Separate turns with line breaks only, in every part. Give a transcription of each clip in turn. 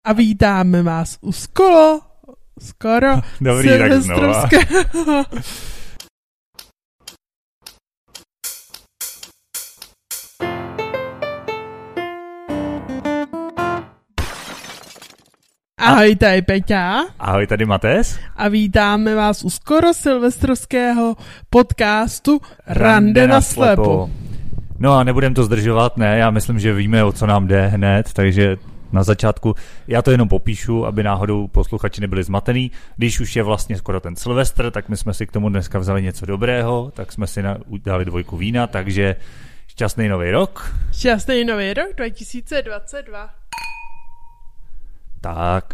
A vítáme vás u skoro
Dobrý, tak znova.
Ahoj, tady Peťa.
Ahoj, tady Mates.
A vítáme vás u skoro silvestrovského podcastu Rande na slepo.
No a nebudem to zdržovat, ne, já myslím, že víme, o co nám jde hned, takže na začátku já to jenom popíšu, aby náhodou posluchači nebyli zmatený. Když už je vlastně skoro ten Silvestr, tak my jsme si k tomu dneska vzali něco dobrého, tak jsme si dali 2 vína, takže šťastný nový rok.
Šťastný nový rok 2022.
Tak.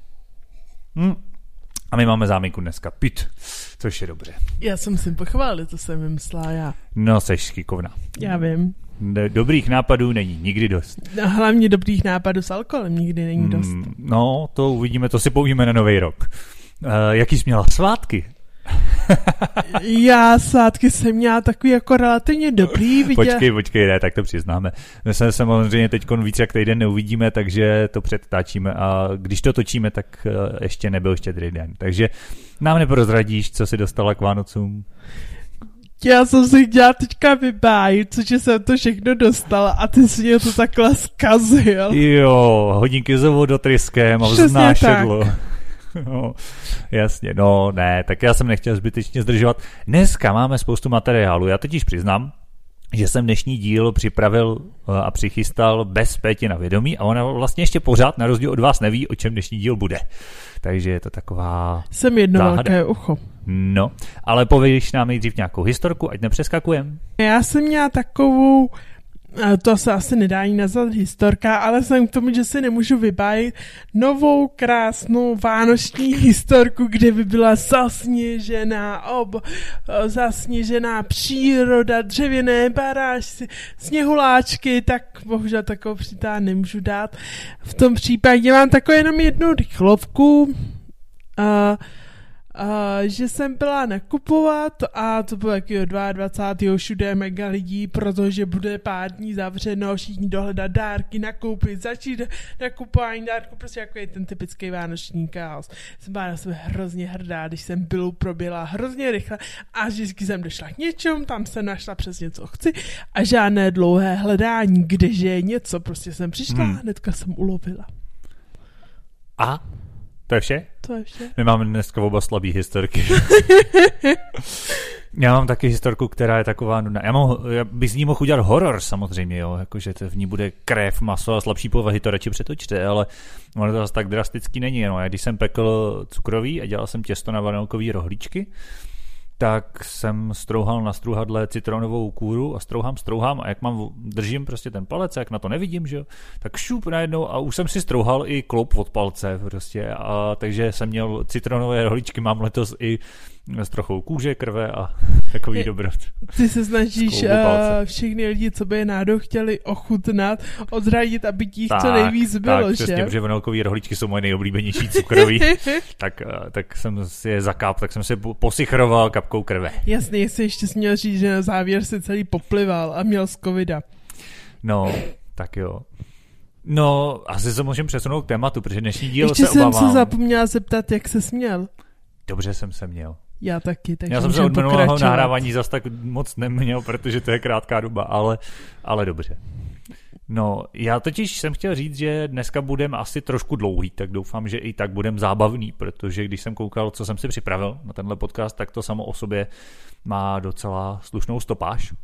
A my máme záminku dneska pít, což je dobře.
Já jsem si pochválil, to jsem vymyslela já.
No, seš šikovná.
Já vím.
Dobrých nápadů není nikdy dost.
A hlavně dobrých nápadů s alkoholem nikdy není dost.
No, to uvidíme, to si povíme na nový rok. Jaký jsi měla svátky?
Já svátky jsem měla takový jako relativně dobrý.
Počkej, ne, tak to přiznáme. My se samozřejmě teď víc jak týden neuvidíme, takže to předtáčíme a když to točíme, tak ještě nebyl Štědrý den. Takže nám neprozradíš, co jsi dostala k Vánocům?
Já jsem si chtěla teďka vybájit, což jsem to všechno dostala a ty jsi mě to takhle zkazil.
Jo, hodinky s vodotryskem a vznášedlo. No, jasně, no ne, tak já jsem nechtěl zbytečně zdržovat. Dneska máme spoustu materiálu, já totiž přiznám, že jsem dnešní díl připravil a přichystal bez Péti na vědomí a ona vlastně ještě pořád na rozdíl od vás neví, o čem dnešní díl bude. Takže je to taková
jsem jedno velké ucho.
No, ale pověděš nám nejdřív nějakou historku, ať nepřeskakujem.
Já jsem měla takovou, to se asi nedá jí nazvat historka, ale jsem k tomu, že si nemůžu vybavit novou krásnou vánoční historku, kde by byla zasněžená příroda, dřevěné barážky, sněhuláčky, tak bohužel takovou přitá nemůžu dát. V tom případě mám takovou jenom jednu rychlovku, že jsem byla nakupovat a to bylo takového 22. všude mega lidí, protože bude pár dní zavřeno, všichni dohledat dárky, nakoupit, začít nakupování dárku, prostě jako je ten typický vánoční chaos. Jsem byla na sebe hrozně hrdá, když jsem Bilu proběhla hrozně rychle a vždycky jsem došla k něčemu, tam jsem našla přesně co chci a žádné dlouhé hledání, kdeže je něco, prostě jsem přišla a hnedka jsem ulovila.
A? To je vše?
To je vše.
My máme dneska oba slabý historky. Já mám taky historku, která je taková nudná. Já bych z ní mohl udělat horor samozřejmě, jo, jakože v ní bude krev, maso a slabší povahy, to radši přetočte, ale ono to zase tak drastický není. No. Já když jsem pekl cukroví a dělal jsem těsto na vanilkový rohlíčky, tak jsem strouhal na strouhadle citronovou kůru a strouhám a jak držím prostě ten palec, jak na to nevidím, že jo, tak šup najednou a už jsem si strouhal i kloup od palce prostě a takže jsem měl citronové rohlíčky, mám letos i s trochou kůže, krve a takový dobrot.
Ty se snažíš všechny lidi, co by je náhodou chtěli ochutnat, odradit, aby ti co nejvíc bylo,
tak,
že?
Přesně, protože vanilkový rohlíčky jsou moje nejoblíbenější cukroví, tak jsem si je tak jsem si posichroval kapkou krve.
Jasně, jestli ještě jsi měl říct, že na závěr si celý poplival a měl z covida.
No, tak jo. No, asi se můžeme přesunout k tématu, protože dnešní díl
ještě
se obávám.
Ještě jsem se zapomněla zeptat, jak se směl.
Dobře jsem se měl.
Já taky, takže
já jsem se od minulého nahrávání zas tak moc neměl, protože to je krátká doba, ale dobře. No, já totiž jsem chtěl říct, že dneska budeme asi trošku dlouhý, tak doufám, že i tak budeme zábavný, protože když jsem koukal, co jsem si připravil na tenhle podcast, tak to samo o sobě má docela slušnou stopáž.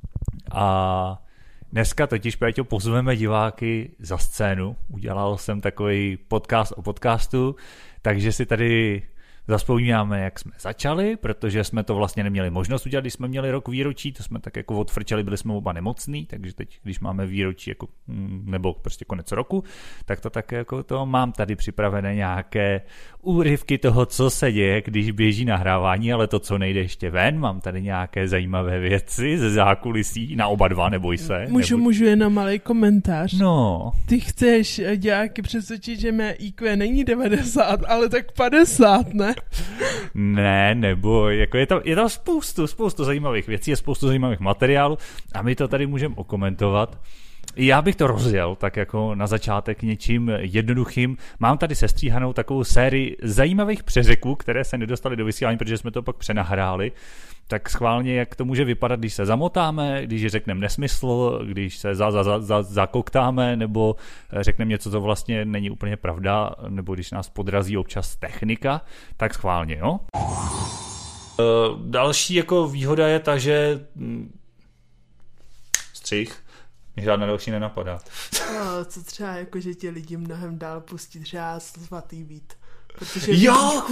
A dneska totiž, Péťo, pozveme diváky za scénu. Udělal jsem takový podcast o podcastu, takže si tady zavzpomínáme, jak jsme začali, protože jsme to vlastně neměli možnost udělat, když jsme měli rok výročí, to jsme tak jako odfrčeli, byli jsme oba nemocný, takže teď, když máme výročí jako, nebo prostě konec roku, tak to tak jako to mám tady připravené nějaké úryvky toho, co se děje, když běží nahrávání, ale to, co nejde ještě ven, mám tady nějaké zajímavé věci ze zákulisí, na oba dva, neboj se.
Můžu jenom malý komentář.
No.
Ty chceš diváky přesvědčit, že mé IQ není 90, ale tak 50, ne?
Ne, nebo jako je tam spoustu zajímavých věcí, je spoustu zajímavých materiálů a my to tady můžeme okomentovat. Já bych to rozjel tak jako na začátek něčím jednoduchým. Mám tady sestříhanou takovou sérii zajímavých přeřeků, které se nedostaly do vysílání, protože jsme to pak přenahráli. Tak schválně, jak to může vypadat, když se zamotáme, když řekneme nesmysl, když se zakoktáme, nebo řekneme něco, co vlastně není úplně pravda, nebo když nás podrazí občas technika, tak schválně, jo? Další jako výhoda je ta, že střih, mě žádná další nenapadá.
Co třeba jako, že ti lidi mnohem dál pustí třeba svatý beat. Protože
jo,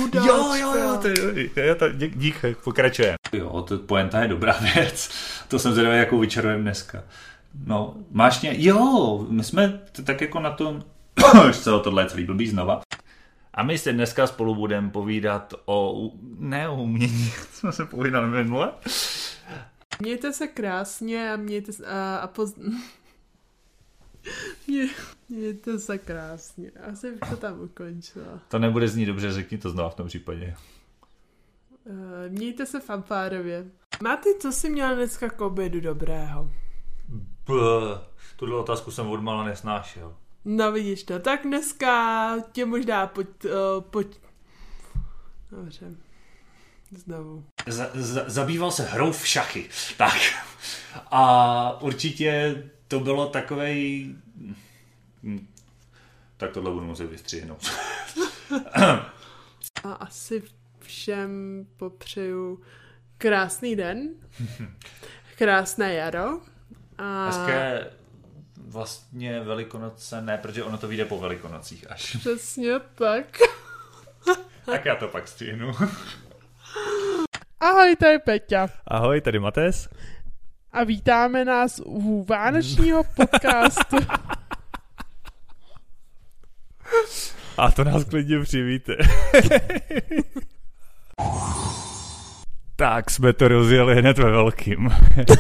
dík, pokračujeme. Jo, to poenta je dobrá věc. To jsem zvědavý, jakou vyčarujeme dneska. No, máš jo, my jsme tak jako na tom, tohle je celý blbý znova. A my se dneska spolu budeme povídat o umění, jsme se povídali minule.
Mějte se krásně a mějte se, mějte se krásně. Asi bych to tam ukončila.
To nebude znít dobře, řekni to znova v tom případě.
Mějte se fanfárově. Máte, co jsi měl dneska k obědu dobrého?
Tuhle otázku jsem odmala nesnášel.
No vidíš to, tak dneska tě možná pojď. Dobře. Znovu.
Zabýval se hrou v šachy. Tak. A určitě to bylo takovej... Tak tohle budu muset vystřihnout.
A asi všem popřeju krásný den, krásné jaro.
Hezké vlastně Velikonoce, ne, protože ono to vyjde po Velikonocích až.
Přesně tak.
Tak já to pak stihnu.
Ahoj, tady Peťa.
Ahoj, tady Mates.
A vítáme nás u vánočního podcastu.
A to nás klidně přivíte. Tak jsme to rozjeli hned ve velkým.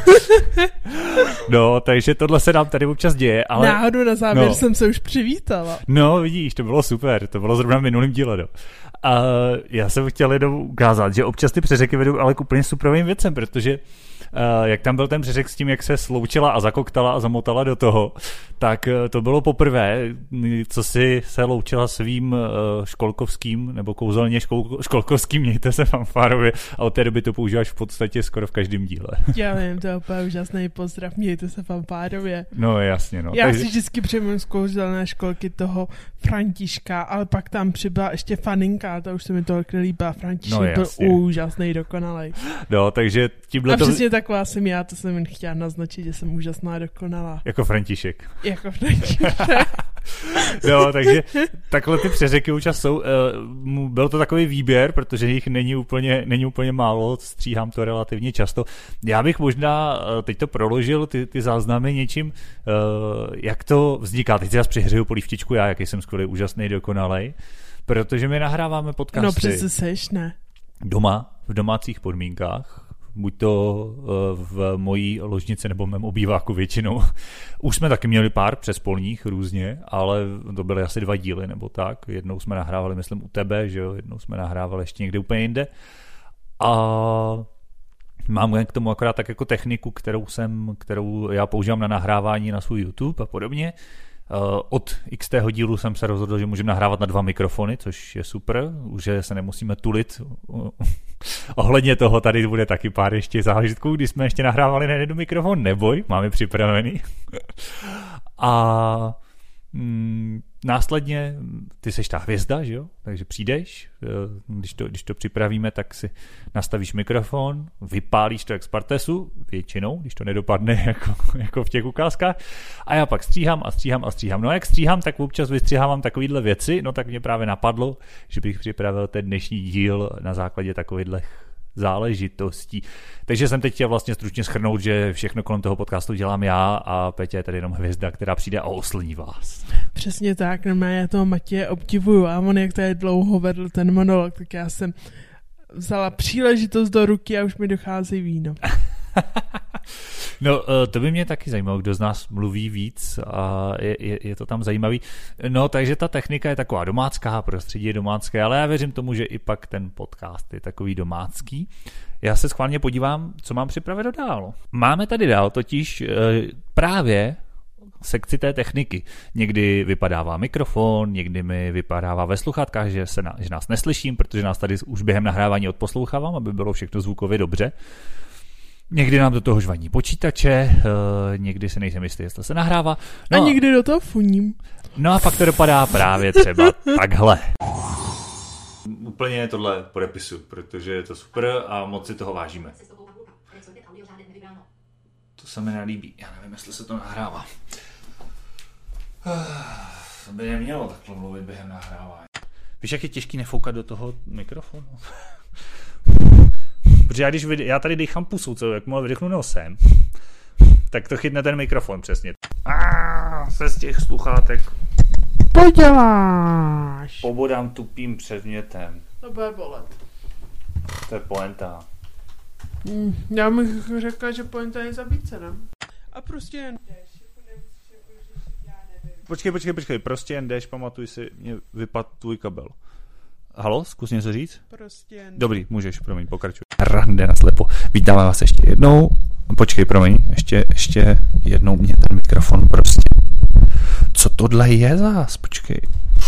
No, takže tohle se nám tady občas děje, ale...
Náhodou na závěr jsem se už přivítala.
No, vidíš, to bylo super, to bylo zrovna v minulým díle, no. A já jsem chtěl jenom ukázat, že občas ty přeřeky vedou ale k úplně superovým věcem, protože jak tam byl ten přeřek s tím, jak se sloučila a zakoktala a zamotala do toho, tak to bylo poprvé, co si se loučila svým školkovským, nebo kouzelně školkovským, mějte se fanfárově, a od té doby to používáš v podstatě skoro v každém díle.
Já vím, to je úplně úžasný pozdrav, mějte se fanfárově.
No jasně, no.
Já si vždycky přijmím z kouzelné školky toho Františka, ale pak tam přibyla ještě Faninka, to už se mi tolik nelíbila, František byl úžasný, dokonalej.
No, takže tímhle to...
Přesně taková jsem já, to jsem jen chtěla naznačit, že jsem úžasná, dokonalá.
Jako František.
Jako František.
No, takže takhle ty přeřeky účast jsou. Byl to takový výběr, protože jich není úplně málo, stříhám to relativně často. Já bych možná teď to proložil, ty záznamy něčím, jak to vzniká. Teď si zase přihřeju polívčičku já, jaký jsem skvělý, úžasný, dokonalej, protože my nahráváme podcasty.
No přece seš, ne?
Doma, v domácích podmínkách. Buď to v mojí ložnici nebo v mém obýváku většinou. Už jsme taky měli pár přespolních různě, ale to byly asi 2 díly nebo tak. Jednou jsme nahrávali, myslím, u tebe, že jo? Jednou jsme nahrávali ještě někde úplně jinde. A mám k tomu akorát tak jako techniku, kterou já používám na nahrávání na svůj YouTube a podobně. Od x dílu jsem se rozhodl, že můžeme nahrávat na 2 mikrofony, což je super, už se nemusíme tulit. Ohledně toho tady bude taky pár ještě zážitků, kdy jsme ještě nahrávali na 1 mikrofon, neboj, máme připravený. A následně ty seš ta hvězda, že jo? Takže přijdeš, když to připravíme, tak si nastavíš mikrofon, vypálíš to jak z partesu, většinou, když to nedopadne jako v těch ukázkách, a já pak stříhám. No a jak stříhám, tak občas vystřihávám takovýhle věci, no tak mě právě napadlo, že bych připravil ten dnešní díl na základě takovýchhle záležitostí. Takže jsem teď chtěl vlastně stručně shrnout, že všechno kolem toho podcastu dělám já a Petě je tady jenom hvězda, která přijde a oslní vás.
Přesně tak, no já toho Matěje obdivuju a on jak tady dlouho vedl ten monolog, tak já jsem vzala příležitost do ruky a už mi dochází víno.
No, to by mě taky zajímalo, kdo z nás mluví víc a je to tam zajímavý. No, takže ta technika je taková domácká, prostředí je domácké, ale já věřím tomu, že i pak ten podcast je takový domácký. Já se schválně podívám, co mám připraveno dál. Máme tady dál totiž právě sekci té techniky. Někdy vypadává mikrofon, někdy mi vypadává ve sluchátkách, že nás neslyším, protože nás tady už během nahrávání odposlouchávám, aby bylo všechno zvukově dobře. Někdy nám do toho žvaní počítače, někdy se nejsem jistý, jestli se nahrává.
No a někdy do toho funím.
No a pak to dopadá právě třeba takhle. Úplně tohle podepisu, protože je to super a moc si toho vážíme. To se mi nelíbí, já nevím, jestli se to nahrává. To by nemělo takhle mluvit během nahrávání. Víš, jak je těžký nefoukat do toho mikrofonu? Protože já tady dýchám pusou, jak mu vydechnu nosem, tak to chytne ten mikrofon přesně. Se z těch sluchátek
poděláš.
Pobodám tupým předmětem.
To bude bolet.
To je poenta.
Já bych řekla, že poenta je za více, ne? A prostě jen
Počkej, prostě jen jdeš, pamatuj si, mě vypadl tvůj kabel. Halo, zkus něco říct?
Prostě jen.
Dobrý, můžeš, promiň, pokračuj. Rande naslepo. Vítáme vás ještě jednou. Počkej, promiň, ještě jednou mě ten mikrofon prostě. Co tohle je zás? Počkej.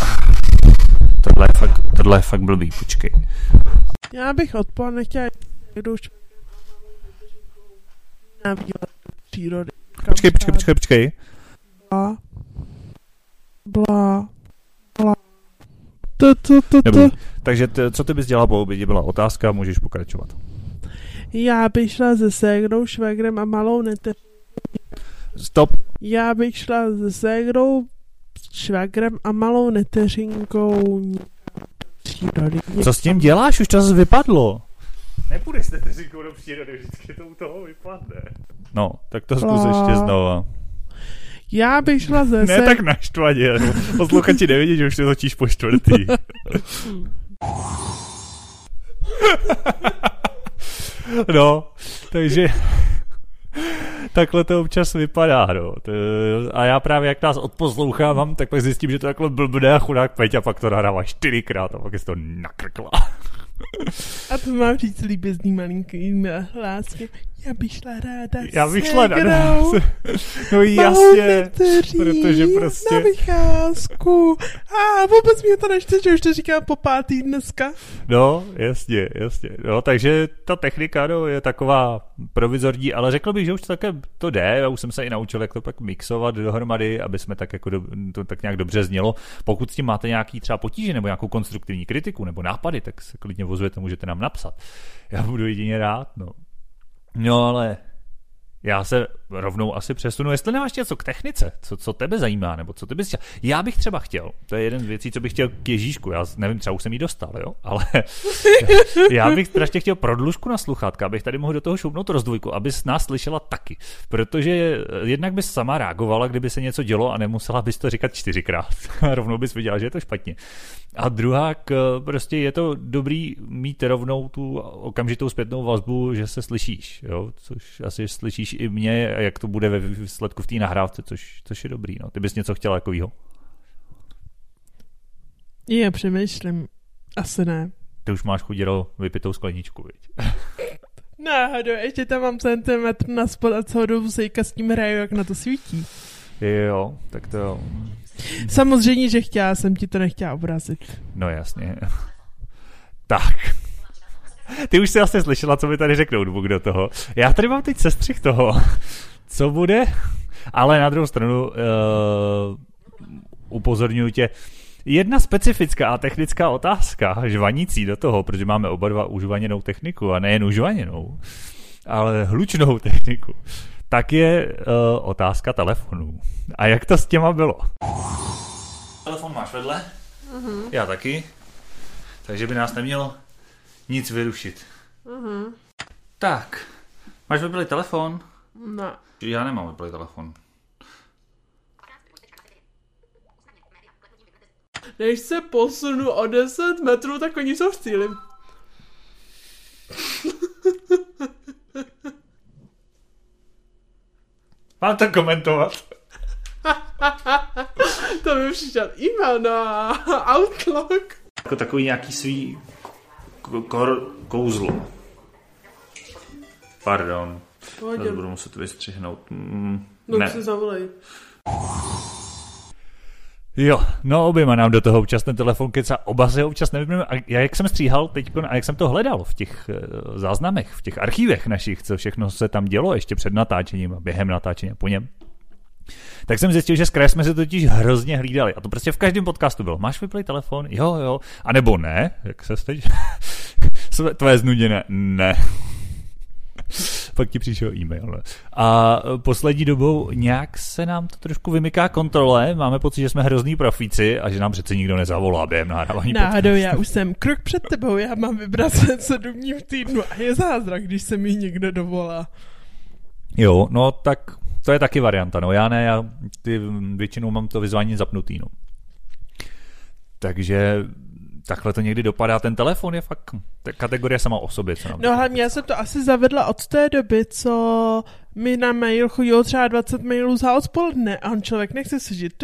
Tohle je fakt blbý, počkej.
Já bych odpoledne chtěla jdu už na výlet do přírody.
Počkej.
Bla.
Dobrý. Takže co ty bys dělala po obědě? Byla otázka, můžeš pokračovat.
Já bych šla se ségrou, švagrem a malou
Stop.
Já bych šla se ségrou, švagrem a malou neteřinkou přírody.
Co s tím děláš? Už to zase vypadlo. Nepůjdeš s neteřinkou do přírody, vždycky to u toho vypadne. No, tak to zkus ještě znova.
Já bych šla ze
Ne tak naštvaně, posluchači nevidí, že už se točíš po čtvrtý. No, takže takhle to občas vypadá, no. A já právě, jak nás odposlouchávám, tak pak zjistím, že to takhle blbne a chudák Peťa pak to nahrává 4krát a pak je to nakrkla.
A to mám říct líbezný malinkým hláskem. Já bych šla ráda
No jasně, protože prostě...
Na vycházku. A vůbec mě to nešte, že už to říkám po 5. dneska.
No, jasně. No, takže ta technika je taková provizorní, ale řekl bych, že už také to jde. Já už jsem se i naučil, jak to pak mixovat dohromady, aby jsme tak jako to tak nějak dobře znělo. Pokud s tím máte nějaký třeba potíže nebo nějakou konstruktivní kritiku nebo nápady, tak se klidně vozujete, můžete nám napsat. Já budu jedině rád, no. No ale já se rovnou asi přesunu, jestli nemáš něco k technice, co tebe zajímá, nebo co ty bys chtěl. Já bych třeba chtěl, to je jeden z věcí, co bych chtěl k Ježíšku, já nevím, třeba už jsem jí dostal, jo, ale já bych strašně chtěl prodlužku na sluchátka, abych tady mohl do toho šoupnout rozdvojku, abys nás slyšela taky, protože jednak bys sama reagovala, kdyby se něco dělo a nemusela bys to říkat 4krát, rovnou bys viděla, že je to špatně. A druhák, prostě je to dobrý mít rovnou tu okamžitou zpětnou vazbu, že se slyšíš, jo, což asi slyšíš i mě, jak to bude ve výsledku v té nahrávce, což je dobrý, no. Ty bys něco chtěla takovýho?
Já přemýšlím, asi ne.
Ty už máš chuděro vypitou skleničku, viď?
Náhodou, ještě tam mám centimetr na spod a celou dobu sejka s tím hraju, jak na to svítí.
Jo, tak to jo.
Samozřejmě, že chtěla jsem ti to nechtěla obrazit.
No jasně. Tak. Ty už jsi asi slyšela, co mi tady řekl notebook do toho. Já tady mám teď sestřih toho, co bude, ale na druhou stranu upozorňuji tě, jedna specifická a technická otázka, žvanící do toho, protože máme oba dva užvaněnou techniku a nejen užvaněnou, ale hlučnou techniku, tak je otázka telefonů. A jak to s těma bylo? Telefon máš vedle? Uh-huh. Já taky. Takže by nás nemělo nic vyrušit. Uh-huh. Tak. Máš vyplý telefon?
Ne.
Já nemám vyplý telefon.
Než se posunu o 10 metrů, tak oni jsou v cíli.
Mám to komentovat?
To by přišel e-mail na Outlook.
Jako takový nějaký svý kouzlo. Pardon. Zase budu muset vystřihnout.
No si zavolej.
Jo, no oběma nám do toho občas ten telefon kecá, oba se ho občas nevypneme. A já jak jsem stříhal teď a jak jsem to hledal v těch záznamech, v těch archívech našich, co všechno se tam dělo ještě před natáčením a během natáčení a po něm, tak jsem zjistil, že z kraje jsme se totiž hrozně hlídali. A to prostě v každém podcastu bylo. Máš vyplý telefon? Jo. A nebo ne? Jak se teď? Tvoje znuděné? Ne. Pak ti přišel e-mail. Ne? A poslední dobou nějak se nám to trošku vymyká kontrole. Máme pocit, že jsme hrozný profíci a že nám přece nikdo nezavolá během nahrávání podcastu.
Náhodou, já už jsem krok před tebou, já mám vibrace 7 dní v týdnu a je zázrak, když se mi někdo dovolá.
Jo, no tak to je taky varianta. No já ne, já většinou mám to vyzvání zapnutý. No. Takže takhle to někdy dopadá. Ten telefon je fakt kategorie sama o sobě. Co nám
hlavně já jsem to asi zavedla od té doby, co mi na mail chodilo třeba 20 mailů za odpoledne a on člověk nechce sedět.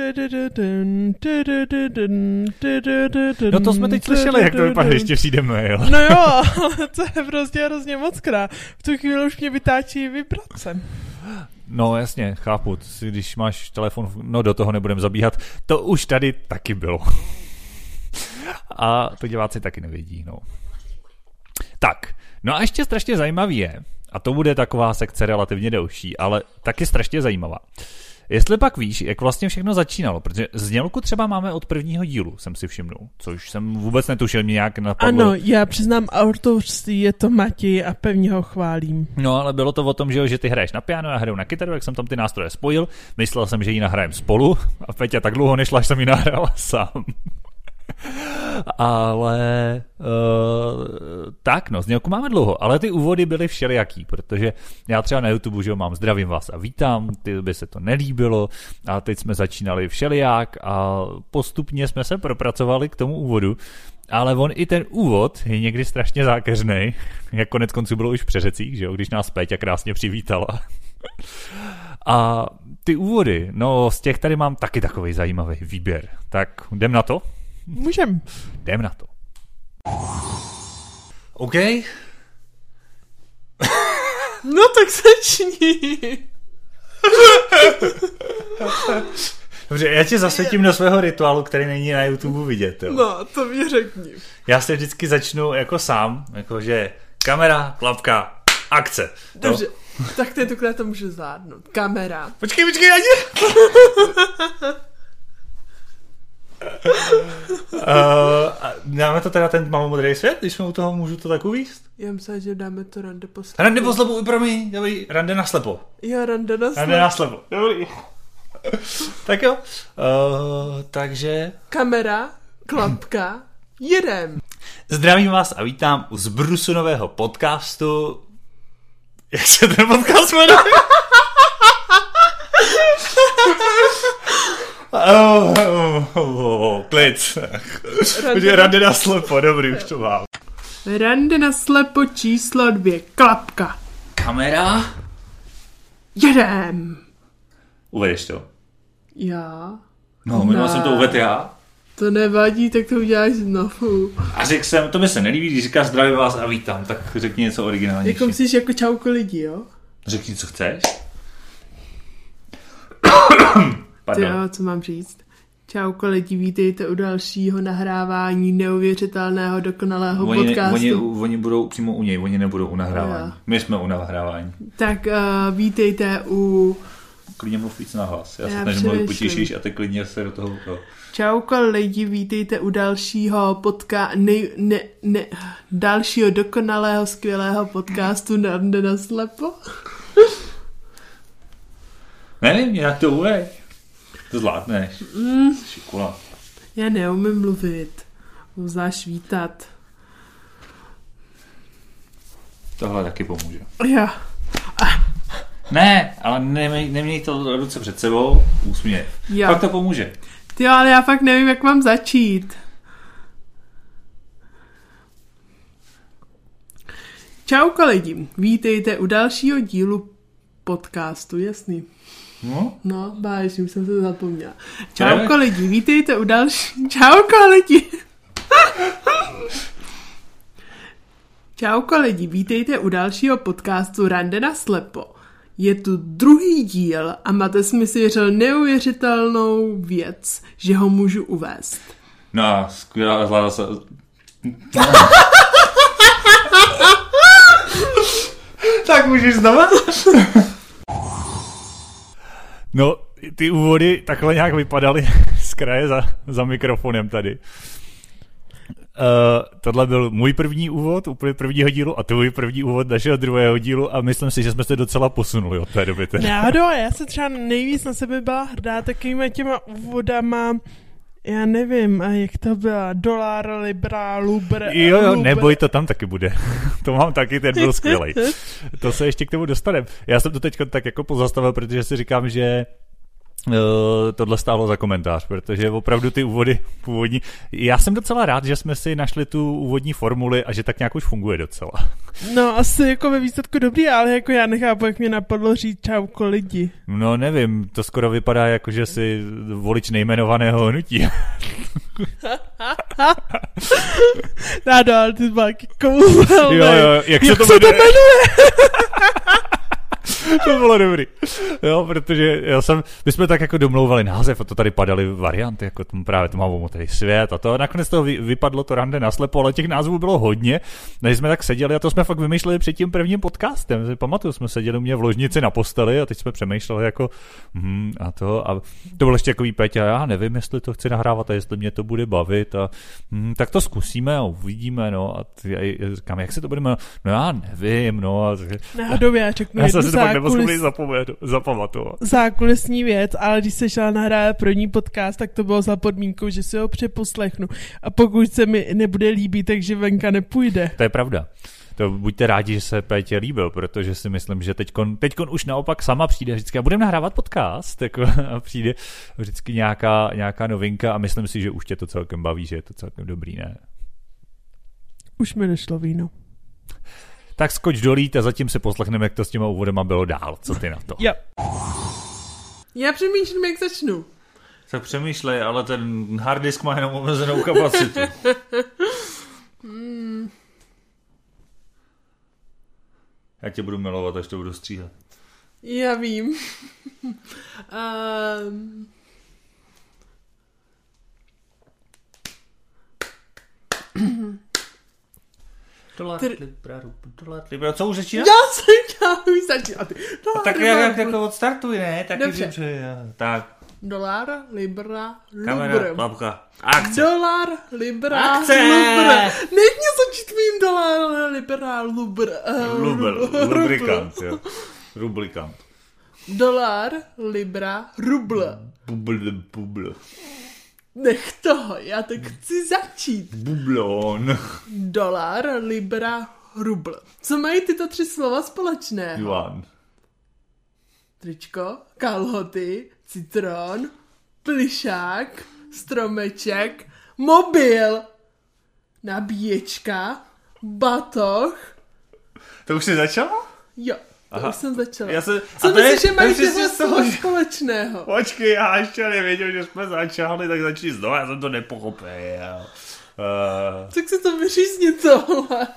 No to jsme teď slyšeli, jak to vypadá, ještě přijde mail.
No jo, ale to je prostě hrozně moc krát. V tu chvíli už mě vytáčí vibrace.
No jasně, chápu, když máš telefon, no do toho nebudem zabíhat, to už tady taky bylo. A to diváci taky nevědí, no. Tak, no a ještě strašně zajímavý je, a to bude taková sekce relativně delší, ale taky strašně zajímavá. Jestli pak víš, jak vlastně všechno začínalo, protože znělku třeba máme od prvního dílu, jsem si všimnul, což jsem vůbec netušil, mě nějak napadlo.
Ano, já přiznám autorství, je to Matěj a pevně ho chválím.
No, ale bylo to o tom, že ty hraješ na piano, já hraju na kytaru, jak jsem tam ty nástroje spojil, myslel jsem, že ji nahrajem spolu a Peťa tak dlouho nešla, až jsem ji nahrál sám. Ale tak no, znělku máme dlouho, ale ty úvody byly všelijaký, protože já třeba na YouTube, že mám zdravím vás a vítám, ty by se to nelíbilo a teď jsme začínali všelijak a postupně jsme se propracovali k tomu úvodu, ale on i ten úvod je někdy strašně zákeřnej, jak konec konců bylo už v Přeřecích, že jo, když nás Péťa krásně přivítala. A ty úvody, no z těch tady mám taky takovej zajímavý výběr, tak jdem na to?
Můžem.
Jdem na to. OK.
No tak začni.
Dobře, já tě zasvětím do svého rituálu, který není na YouTube vidět. Jo.
No, to mi řekni.
Já se vždycky začnu jako sám, jakože kamera, klapka, akce.
Dobře, tak tentokrát to můžu zvládnout. Kamera.
Počkej, já tě... dáme to teda ten malomodrý svět, když jsme u toho, můžu to tak uvíct?
Já myslím, že dáme to rande poslepo.
Rande poslepo, promiň, dobrý, rande naslepo.
Jo, rande naslepo.
Rande naslepo, dobrý. Tak jo, takže...
Kamera, klapka, jedem.
Zdravím vás a vítám u Zbrusunového podcastu. Jak se ten podcast jmenuje? Klid. Rande naslepo, dobrý, už to mám.
Rande naslepo číslo 2, klapka.
Kamera.
Jedem.
Uvedeš to?
Já?
No, minul jsem to uvedl já.
To nevadí, tak to uděláš znovu.
A řekl jsem, to mi se nelíbí, když říkáš zdravím vás a vítám, tak řekni něco originálnější.
Jako myslíš jako čauko lidi, jo?
Řekni, co chceš.
Ty jo, co mám říct? Čauko lidi, vítejte u dalšího nahrávání neuvěřitelného, dokonalého podcastu.
Oni budou přímo u něj, oni nebudou u nahrávání. Jo. My jsme u nahrávání.
Tak vítejte u...
Klidně mluv víc nahlas. Já se snažím mluvit potěšíš a ty klidně se do toho...
Čauko lidi, vítejte u dalšího dalšího dokonalého, skvělého podcastu Rande naslepo.
Nevím, jak to uveď. To zvládneš. Šikula.
Já neumím mluvit. Zvlášť vítat.
Tohle taky pomůže.
Jo.
Ne, ale neměj to ruce před sebou. Úsměv.
Jo.
Pak to pomůže.
Ty, ale já fakt nevím, jak mám začít. Čauko lidi, vítejte u dalšího dílu podcastu, jasný. No, báješ, už jsem se zapomněla. Čauko lidi, vítejte u další... Čauko lidi. Čauko lidi, vítejte u dalšího podcastu Rande naslepo. Je tu druhý díl a Matej mi svěřil neuvěřitelnou věc, že ho můžu uvést.
No, skvělá, zvládla se... Tak můžeš znova? No, ty úvody takhle nějak vypadaly z kraje za mikrofonem tady. Tohle byl můj první úvod, úplně prvního dílu a tvůj první úvod našeho druhého dílu a myslím si, že jsme se docela posunuli od té doby.
Náhodou, já se třeba nejvíc na sebe byla hrdá takovýma těma úvodama, já nevím, jak to byla, dolar, libra, lubr.
Jo, neboj, to tam taky bude. To mám taky, ten byl skvělej. To se ještě k tomu dostaneme. Já jsem to teď tak jako pozastavil, protože si říkám, že tohle stálo za komentář, protože opravdu ty úvody původní. Já jsem docela rád, že jsme si našli tu úvodní formuli a že tak nějak už funguje docela.
No asi jako ve výsledku dobrý, ale jako já nechápu, jak mě napadlo říct čauko lidi.
No nevím, to skoro vypadá jako, že jsi volič nejmenovaného hnutí.
Ale ty zbáky kouzlný.
Jo, jak se to jmenuje? To bylo dobrý. Jo, protože my jsme tak jako domlouvali název a to tady padaly varianty, jako tomu právě to mám omotej svět a to. Nakonec to vypadlo to rande naslepo, ale těch názvů bylo hodně. Než jsme tak seděli a to jsme fakt vymýšleli před tím prvním podcastem. Pamatuju, jsme seděli u mě v ložnici na posteli a teď jsme přemýšleli jako a to bylo ještě takový Peťa, já nevím, jestli to chci nahrávat a jestli mě to bude bavit a tak to zkusíme a uvidíme, no a říkám, jak se to bude jmenovat? No já nevím, no a
náhodou já řeknu
zapamatovat.
Zákulisní věc, ale když se šla nahrát první podcast, tak to bylo za podmínkou, že si ho přeposlechnu. A pokud se mi nebude líbit, takže venka nepůjde.
To je pravda. To buďte rádi, že se Pétě líbil, protože si myslím, že teďkon už naopak sama přijde vždycky a budeme nahrávat podcast jako, a přijde vždycky nějaká novinka a myslím si, že už tě to celkem baví, že je to celkem dobrý, ne?
Už mi došlo víno.
Tak skoč dolít a zatím se poslechneme, jak to s těma úvodema bylo dál. Co ty na to?
Jo. Já přemýšlím, jak začnu.
Tak přemýšlej, ale ten hard disk má jenom omezenou kapacitu. Já tě budu milovat, až to budu stříhat.
Já vím.
Dolar, libra, co už začíná?
Já jsem chtěla už začínat.
Tak jak odstartuj, ne? Tak.
Dolar, libra,
kamera, labka. Akce.
Dolar, libra,
akce.
lubr. Nech mě začít mým dolar, libra, lubr.
Lubrikant, jo. Rublikant.
Dolar, libra, rubl.
Bubl.
Nech toho, já tak chci začít.
Bublon.
Dolar, libra, rubl. Co mají tyto tři slova společného?
Juan.
Tričko, kalhoty, citron, plišák, stromeček, mobil, nabíječka, batoh.
To už jsi začal?
Jo. To už jsem začala.
Co
myslíš, že mají tyhle slova společného?
Počkej, já ještě nevěděl, že jsme začali, tak začni znovu, já jsem to nepochopil.
Tak si to vyřízni tohle.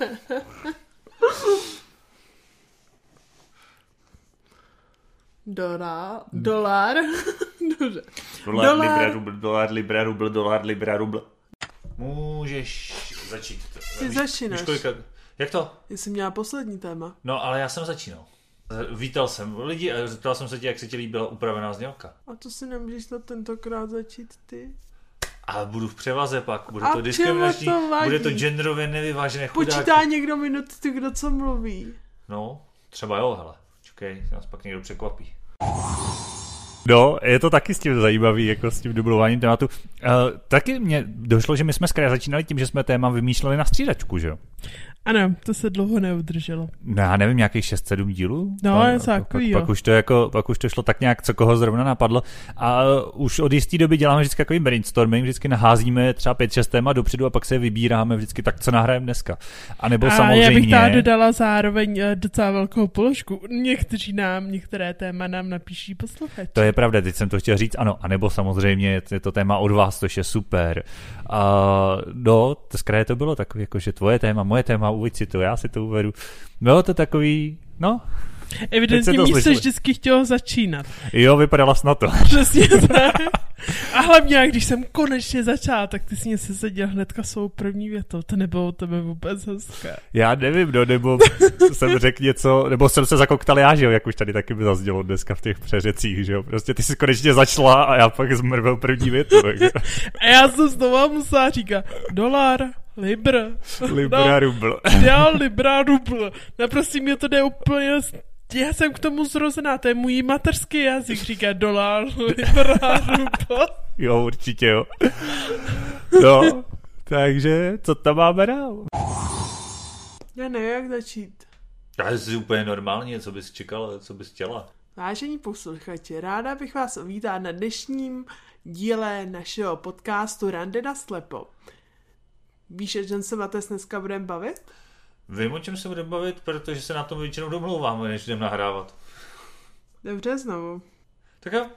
Dolar. Dobře.
Dolar, libra, rubl. Můžeš začít.
Ty začínáš.
Jak to?
Jsi měla poslední téma.
No, ale já jsem začínal. Vítal jsem lidi a zeptal jsem se tě, jak se ti líbila upravená znělka.
A to si nemůžeš to tentokrát začít ty?
A budu v převaze pak, bude to diskriminační, bude to genderově nevyvážené chudáky.
Počítá někdo minuty, kdo co mluví.
No, třeba jo, hele. Čekej, nás pak někdo překvapí. No, je to taky s tím zajímavý, jako s tím dublováním tématu. Taky mě došlo, že my jsme zkrátka začínali tím, že jsme téma vymýšleli na střídačku, že jo?
Ano, to se dlouho neudrželo.
No, já nevím, nějakých 6-7 dílů?
No, je takový,
pak už to šlo tak nějak, co koho zrovna napadlo. A už od jisté doby děláme vždycky takový brainstorming, vždycky naházíme třeba 5-6 témat dopředu a pak se je vybíráme vždycky tak, co nahrajeme dneska. A nebo samozřejmě...
já bych tady dodala zároveň docela velkou položku. Některé téma nám napíší posluchači.
To je pravda, teď jsem to chtěl říct, ano. A nebo samozřejmě je to téma od vás, což je super. No, zkrátka to bylo takový, jako že tvoje téma, moje téma, uveď si to, já si to uvedu. Bylo to takový, no,
Evidentně mi se vždycky chtělo začínat.
Jo, vypadala jsi na to.
Přesně tak. A hlavně, když jsem konečně začala, tak ty jsi mě se seděl hnedka svou první větou. To nebylo u tebe vůbec hezké.
Já nevím, no, nebo jsem řekl něco, nebo jsem se zakoktal já, že jo, jak už tady taky by zazdělo dneska v těch přeřecích, že jo. Prostě ty jsi konečně začala a já pak zmrvel první větu.
A já jsem znovu musela říkat dolar, libr.
Libra, rubl.
Já, libra, rubl. No prosím, mě to jde úplně... Já jsem k tomu zrozená, to je můj mateřský jazyk, říká dolar, libra, rubl.
Jo, určitě jo. No, takže co tam máme dál?
Já nevím, jak začít.
To je úplně normálně, co bys čekala, co bys chtěla.
Vážení posluchači, ráda bych vás uvítala na dnešním díle našeho podcastu Rande na slepo. Víš, o čem se Mates dneska budeme bavit?
Vím, o čem se budeme bavit, protože se na tom většinou domlouváme, než jdeme nahrávat.
Dobře, znovu.
Tak jo.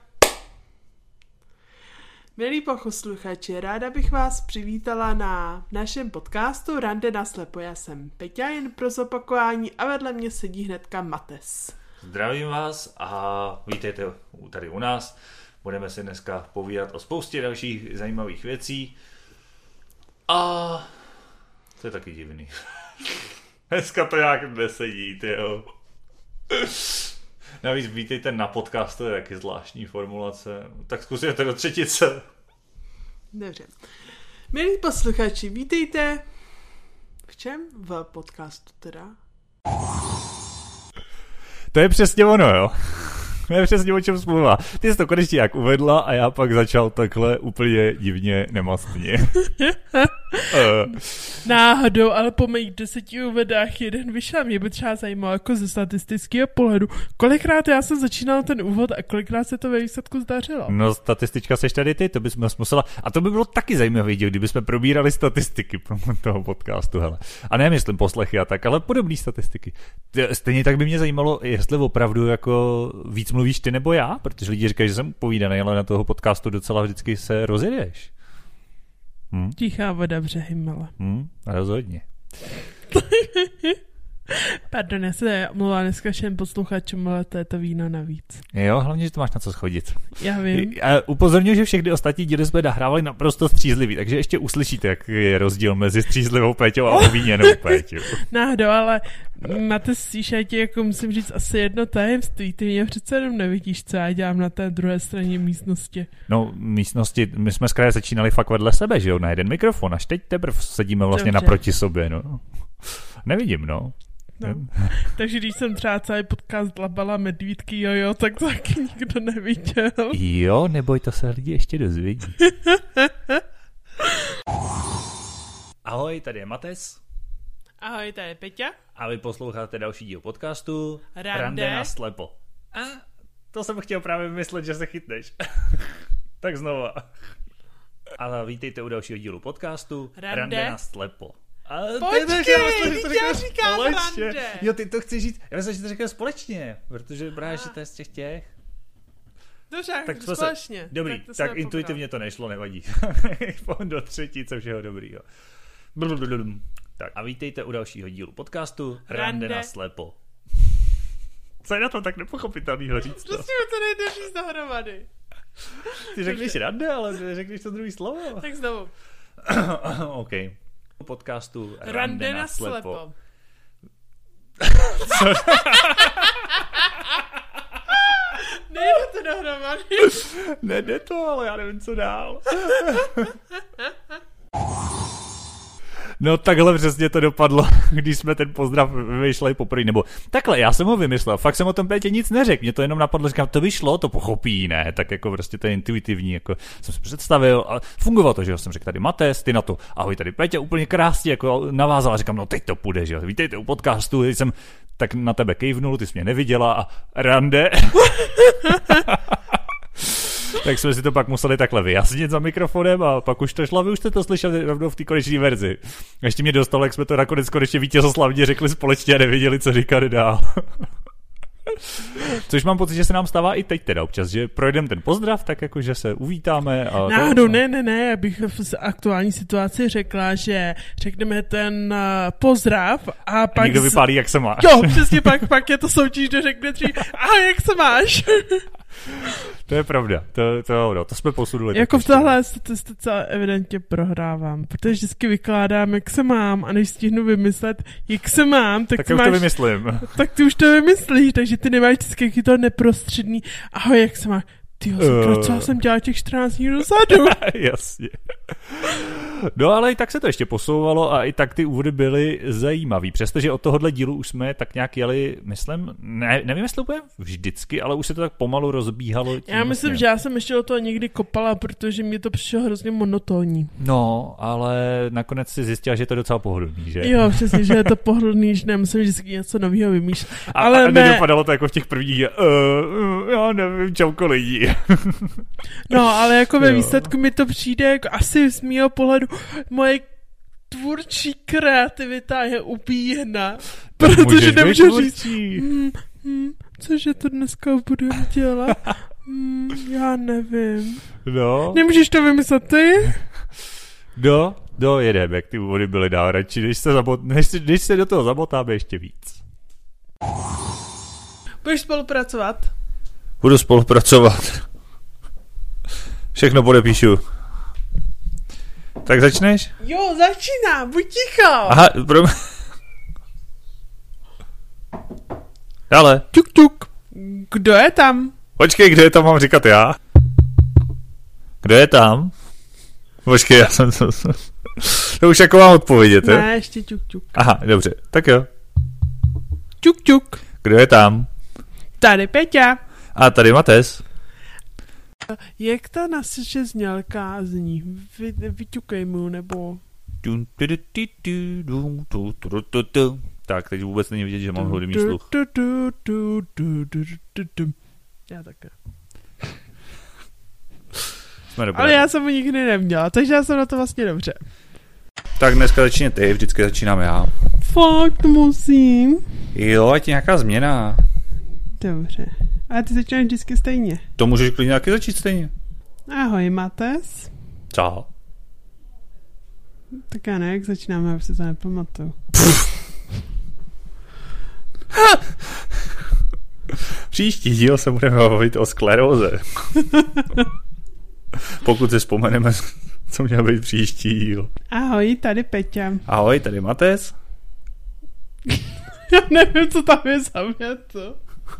Milí posluchači, ráda bych vás přivítala na našem podcastu Rande na slepo. Já jsem Peťa, jen pro zopakování, a vedle mě sedí hnedka Mates.
Zdravím vás a vítejte tady u nás. Budeme si dneska povídat o spoustě dalších zajímavých věcí. A to je taky divný. Dneska to nějak nesedí, tyjo. Navíc vítejte na podcast, to je taky zvláštní formulace. Tak zkusíme do třetice.
Dobře. Milí posluchači, vítejte v čem? V podcastu teda?
To je přesně ono, jo. To je přesně o čem smluvá. Ty jsi to konečně jak uvedla a já pak začal takhle úplně divně nemastně.
Náhodou, ale po mých 10 úvodách jeden vyšel. Mě by třeba zajímalo jako ze statistického pohledu, kolikrát já jsem začínal ten úvod a kolikrát se to ve výsledku zdařilo.
No, statistička seš tady ty, to bychom musela. A to by bylo taky zajímavý díl, kdybychom probírali statistiky toho podcastu, hele. A nemyslím poslechy a tak, ale podobné statistiky. Stejně tak by mě zajímalo, jestli opravdu jako víc mluvíš ty nebo já, protože lidi říkají, že jsem povídaný, ale na toho podcastu docela vždycky se rozjedeš.
Tichá voda břehy mele.
Rozhodně.
Pardon, já se omlouvám dneska všem posluchačům, ale to je to víno navíc.
Jo, hlavně, že to máš na co schodit.
Já vím.
A upozorňuji, že všechny ostatní díly jsme nahrávali naprosto střízlivý, takže ještě uslyšíte, jak je rozdíl mezi střízlivou Péťou a ovíněnou Péťou.
Náhodou, ale máte slyšet, jako musím říct asi jedno tajemství. Ty mě přece jenom nevidíš, co já dělám na té druhé straně místnosti.
No, místnosti, my jsme zkrátka začínali fakt vedle sebe, že jo, na jeden mikrofon, až teď teprve sedíme vlastně
dobře
naproti sobě, no. Nevidím, no.
No. Takže když jsem třeba celý podcast labala medvídky jojo, tak to taky nikdo neviděl.
Jo, neboj, to se lidi ještě dozvědí. Ahoj, tady je Mates.
Ahoj, tady je Peťa.
A vy posloucháte další díl podcastu
Rande
na slepo. A to jsem chtěl právě vymyslet, že se chytneš. Tak znova. A vítejte u dalšího dílu podcastu Rande na slepo.
Počkej, já říkám rande.
Jo, ty to chceš říct. Já myslím, že to říkám společně, protože bráš, že to je z těch.
Dobře,
tak
společně.
Dobrý, tak intuitivně to nešlo, nevadí. Do třetice všeho dobrýho. Tak a vítejte u dalšího dílu podcastu Rande na slepo. Co je na tom tak nepochopitelného říct to?
Prostě to nejde říct dohromady.
Ty řekneš rande, ale řekneš to druhý slovo.
Tak znovu.
OK. Podcastu Rande na slepo.
Co? Nejde to dohromady.
Nejde to, ale já nevím, co dál. No takhle přesně to dopadlo, když jsme ten pozdrav vyšli poprvé, nebo takhle, já jsem ho vymyslel, fakt jsem o tom Pétě nic neřekl, mě to jenom napadlo, říkám, to vyšlo, to pochopí, ne, tak jako prostě to je intuitivní, jako jsem si představil a fungovalo to, že jo, jsem řekl tady Mates, ty na to, ahoj tady Pétě, úplně krásně, jako navázal, říkám, no teď to půjde, že jo, vítejte u podcastu, teď jsem tak na tebe kejvnul, ty jsi mě neviděla a rande. Tak jsme si to pak museli takhle vyjasnit za mikrofonem a pak už to šlo, vy už jste to slyšeli rovnou v té konečné verzi. Ještě mě dostalo, jak jsme to nakonec konečně vítězoslavně řekli společně a nevěděli, co říkat dál. Což mám pocit, že se nám stává i teď teda občas, že projdeme ten pozdrav, tak jako, že se uvítáme. A
náhodou, ne, abych v aktuální situaci řekla, že řekneme ten pozdrav a pak...
Někdo vypálí, jak se máš.
Jo, přesně pak je to soutěž, kdo řekne ahoj, jak se máš?
To je pravda, to jsme posudili.
Jako v tohle statistice evidentně prohrávám, protože vždycky vykládám, jak se mám a než stihnu vymyslet, jak se mám, tak
už to vymyslím.
Tak ty už to vymyslíš, takže ty nemáš vždycky to neprostřední, ahoj, jak se máš? Tyjo, co jsem dělal těch 14 dní dozadu?
Jasně. No ale i tak se to ještě posouvalo a i tak ty úvody byly zajímavý. Přestože od tohohle dílu už jsme tak nějak jeli, myslím, nevím, jestli úplně vždycky, ale už se to tak pomalu rozbíhalo.
Já myslím, že já jsem ještě do toho někdy kopala, protože mě to přišlo hrozně monotónní.
No, ale nakonec si zjistila, že je to docela pohodlný, že?
Jo, přesně, že je to pohodlný, že nemusím vždycky něco nového vymýšlet.
Ale nedopadalo to jako v těch prvních, já nevím, čauko lidí.
No, ale jako ve výsledku mi to přijde, jako asi z mýho pohledu moje tvůrčí kreativita je upíjena. Protože nemůžu říct, cože to dneska budeme dělat? Já nevím.
No.
Nemůžeš to vymyslet ty?
Jedeme, jak ty úvody byly dál radši, když se do toho zamotáme ještě víc.
Budeš spolupracovat?
Budu spolupracovat. Všechno podepíšu. Tak začneš?
Jo, začínám, buď ticho.
Aha, Ale.
Tuk. Kdo je tam?
Počkej, kdo je tam, mám říkat já? Kdo je tam? Počkej, já jsem to... To už jako mám odpovědět, jo?
Ne, ještě tuk.
Aha, dobře, tak jo.
Tuk.
Kdo je tam?
Tady Peťa.
A tady Mates.
Jak ta naše znělka zní? Vyťukej mu, nebo...
Tak, teď vůbec není vidět, že mám hudební sluch.
Já také.
Ale
já jsem ho nikdy neměla, takže já jsem na to vlastně dobře.
Tak dneska začíně ty, vždycky začínám já.
Fakt musím.
Jo, ať je nějaká změna.
Dobře. A ty začínáš vždycky stejně.
To můžeš klidně taky začít stejně.
Ahoj, Mates.
Co?
Tak já ne, jak začínáme, já už si to nepamatuju.
Příští díl se budeme bavit o skleróze. Pokud si vzpomeneme, co měl být příští díl.
Ahoj, tady Peťa.
Ahoj, tady Mates.
Já nevím, co tam je za větu.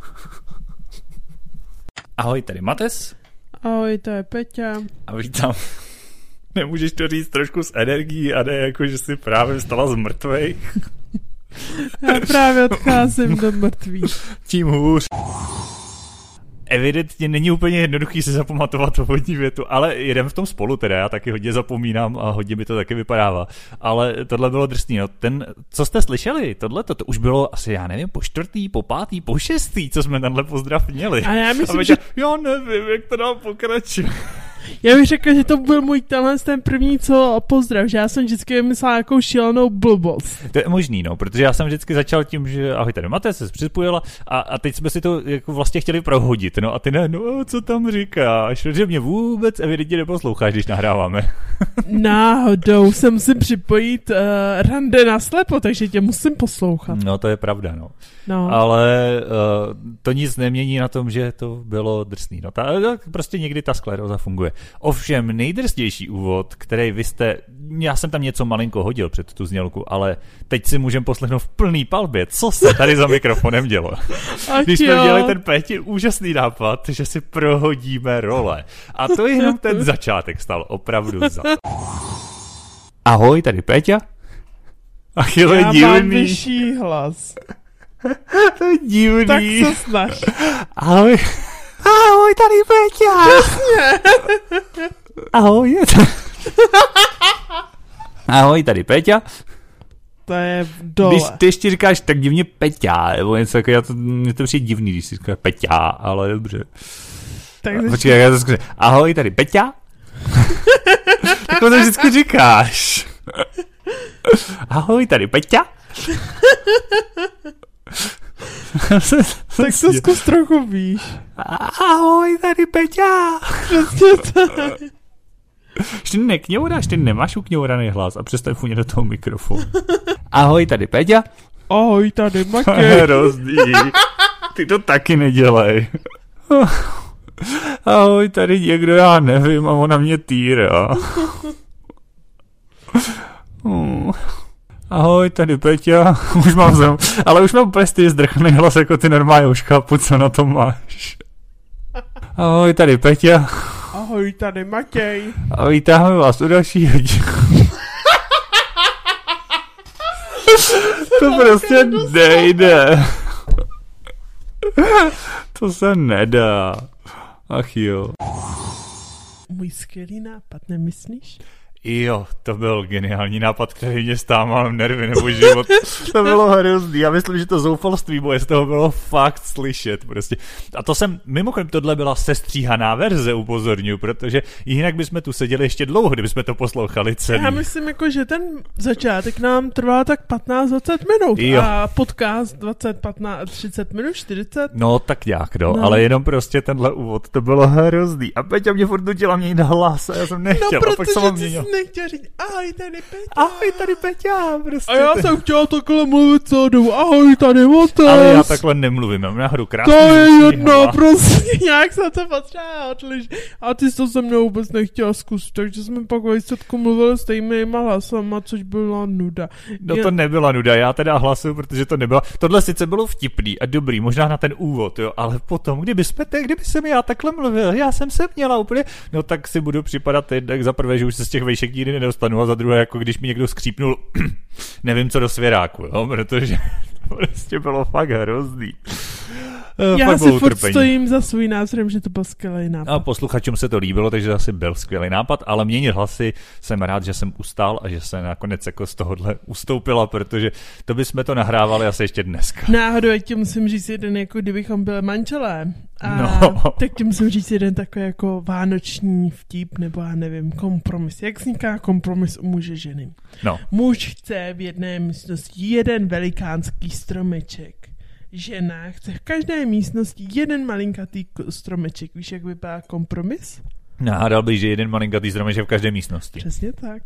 Ahoj, tady Mates.
Ahoj, to je Peťa.
A vítám. Nemůžeš to říct trošku s energií a ne jako, že jsi právě vstala z mrtvejch?
Já právě odcházím do mrtvých.
Tím hůř. Evidentně není úplně jednoduchý si zapamatovat původní větu, ale jedem v tom spolu teda, já taky hodně zapomínám a hodně mi to taky vypadává. Ale tohle bylo drsný, no. Co jste slyšeli, to už bylo asi, já nevím, po 4., po 5., po 6., co jsme tenhle pozdrav měli.
A já myslím,
že... Já nevím, jak to dál pokračuje.
Já bych řekl, že to byl můj talent ten první pozdrav, že já jsem vždycky vymyslela nějakou šílenou blbost.
To je možný, no, protože já jsem vždycky začal tím, že ahoj, tady Matej se připojila a teď jsme si to jako vlastně chtěli prohodit, no a ty ne, no co tam říkáš, protože mě vůbec evidentně neposloucháš, když nahráváme.
Náhodou se musím připojit rande na slepo, takže tě musím poslouchat.
No to je pravda, no. Ale to nic nemění na tom, že to bylo drsný, no prostě někdy ta skleróza funguje. Ovšem nejdrsnější úvod, který já jsem tam něco malinko hodil před tu znělku, ale teď si můžeme poslechnout v plný palbě, co se tady za mikrofonem dělo. Když jsme měli ten Péti úžasný nápad, že si prohodíme role. A to jenom ten začátek stal opravdu za. Ahoj, tady Péťa. Achille, divný.
Já mám vyšší hlas.
To je divný.
Tak se snaž.
Ahoj. Ahoj, tady Péťa. Ahoj. Ahoj, tady Péťa.
To je dole.
Když ty ještě říkáš tak divně Peťa, nebo něco jako, mě to přijde divný, když si říkáš Peťa, ale dobře. Počkej, já to zkusím. Ahoj, tady Peťa. Tak to vždycky říkáš. Ahoj, tady Peťa.
Tak to zkus trochu víš.
Ahoj, tady Peťa.
Přesně tak.
Ještě nekňouráš, ty nemáš ukňouraný hlas a přestaň funět do toho mikrofonu. Ahoj, tady Peťa.
Ahoj, tady Matěj.
To je hrozný. Ty to taky nedělej. Ahoj, tady někdo, já nevím, a ona mě týrá. Ahoj, tady Peťa. Už mám úplně stejný zdrchaný hlas, jako ty normálně, už chápu, co na tom máš. Ahoj, tady Peťa.
Ahoj, tady Matěj.
A vítáme vás u dalšího dílu. To prostě nejde. To se nedá. Ach jo.
Můj skvělý nápad, nemyslíš?
Jo, to byl geniální nápad, který mě stámal nervy nebo život. To bylo hrozný. Já myslím, že to zoufalství moje z toho bylo fakt slyšet prostě. A to mimochodem tohle byla sestříhaná verze, upozorňuji, protože jinak bychom tu seděli ještě dlouho, kdybychom to poslouchali celý.
Já myslím, jako, že ten začátek nám trvá tak 15-20 minut
jo.
A podcast 30 minut, 40.
No tak nějak, no, ale jenom prostě tenhle úvod, to bylo hrozný. A Peťa mě furt nutila měnit hlas a já jsem nechtěl.
No,
a pak jsem měnil.
Nechtěl říct, ahoj, tady Peťa.
Ahoj, tady Peťa, prostě.
A já jsem chtěl takhle mluvit celou dobu, ahoj, tady Motec.
Ale já takhle nemluvím, mám nahoru krásný.
To je jedno, prostě nějak se to potřeba odlišit. A ty jsi to se mnou vůbec nechtěla zkusit, takže jsme pak ve výsledku mluvili stejnýma hlasama, což byla nuda.
No to nebyla nuda, já teda hlasuju, protože to nebyla. Tohle sice bylo vtipný a dobrý, možná na ten úvod, jo, ale potom, kdyby jsem já takhle mluvil, já jsem se měla úplně, no tak si budu připadat jednak za prvé, že už se z těch vejšek nikdy nedostanu a za druhé, jako když mi někdo skřípnul, nevím co do svěráku, jo, protože to prostě bylo fakt hrozný.
Já si furt stojím za svým názorem, že to byl skvělý nápad.
A posluchačům se to líbilo, takže zase byl skvělý nápad, ale měnit hlasy jsem rád, že jsem ustál a že se nakonec jako z tohohle ustoupila, protože to bychom to nahrávali asi ještě dneska.
Náhodou, já ti musím říct jeden, jako kdybychom byli manželé. A tak ti musím říct jeden takový jako vánoční vtip, nebo já nevím, kompromis. Jak vzniká kompromis u muže ženy?
No.
Muž chce v jedné místnosti jeden velikánský stromeček. Žena chce v každé místnosti jeden malinkatý stromeček. Víš, jak vypadá kompromis?
Nahádal bych, že jeden malinkatý stromeček v každé místnosti.
Přesně tak.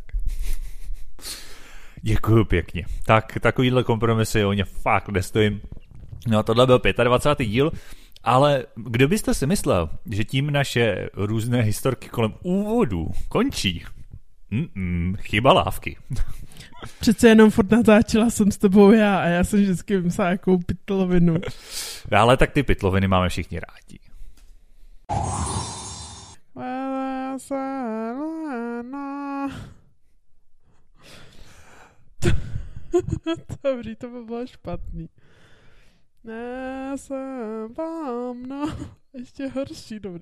Děkuju pěkně. Tak, takovýhle kompromisy, o ně fakt nestojím. No tohle byl 25. díl, ale kdo byste si myslel, že tím naše různé historky kolem úvodu končí? Chyba lávky.
Přece jenom furt natáčela jsem s tebou já a já jsem vždycky vymyslela jakou pytlovinu.
Ale tak ty pytloviny máme všichni rádi.
Dobrý, to by bylo špatný. Ještě horší, dobrý.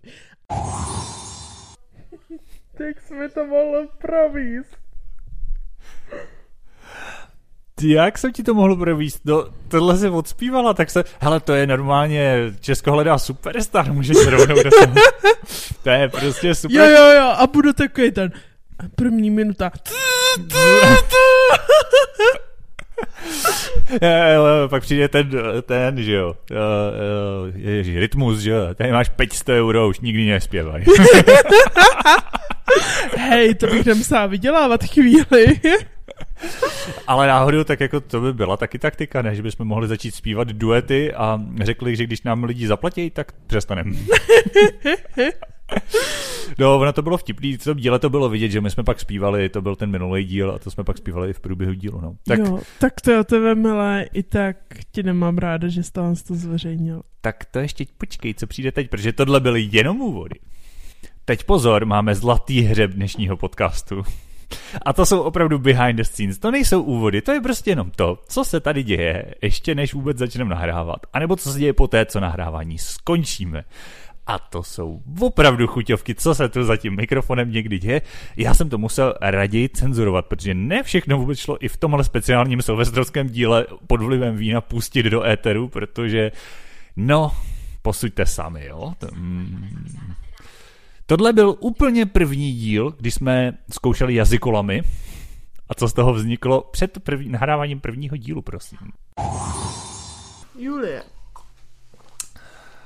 Tak jsme to mohli províst.
Jak jsem ti to mohl províst? No, tohle se odspívala, tak se... Hele, to je normálně Česko hledá superstar, můžeš rovnou dostat. To je prostě super.
Jo, a bude takový ten první minuta.
Pak přijde ten, že jo, rytmus, že jo, tady máš 500 €, už nikdy nespěvaj.
Hej, to bych nemusela vydělávat chvíli.
Ale náhodou, tak jako to by byla taky taktika, ne? Že bychom mohli začít zpívat duety a řekli, že když nám lidi zaplatí, tak přestaneme. No, ono to bylo vtipný, v tom díle to bylo vidět, že my jsme pak zpívali, to byl ten minulý díl a to jsme pak zpívali i v průběhu dílu, no. Tak,
jo, tak to je o tebe, milé, i tak ti nemám ráda, že jsi to zveřejnil.
Tak to ještě počkej, co přijde teď, protože tohle byly jenom úvody. Teď pozor, máme zlatý hřeb dnešního podcastu. A to jsou opravdu behind the scenes. To nejsou úvody, to je prostě jenom to, co se tady děje, ještě než vůbec začneme nahrávat. A nebo co se děje poté, co nahrávání skončíme. A to jsou opravdu chuťovky, co se tu za tím mikrofonem někdy děje. Já jsem to musel raději cenzurovat, protože ne všechno vůbec šlo i v tomhle speciálním silvestrovském díle pod vlivem vína pustit do éteru, protože, no, posuďte sami, jo. Tohle byl úplně první díl, když jsme zkoušeli jazykolamy. A co z toho vzniklo před nahráváním prvního dílu, prosím.
Julie,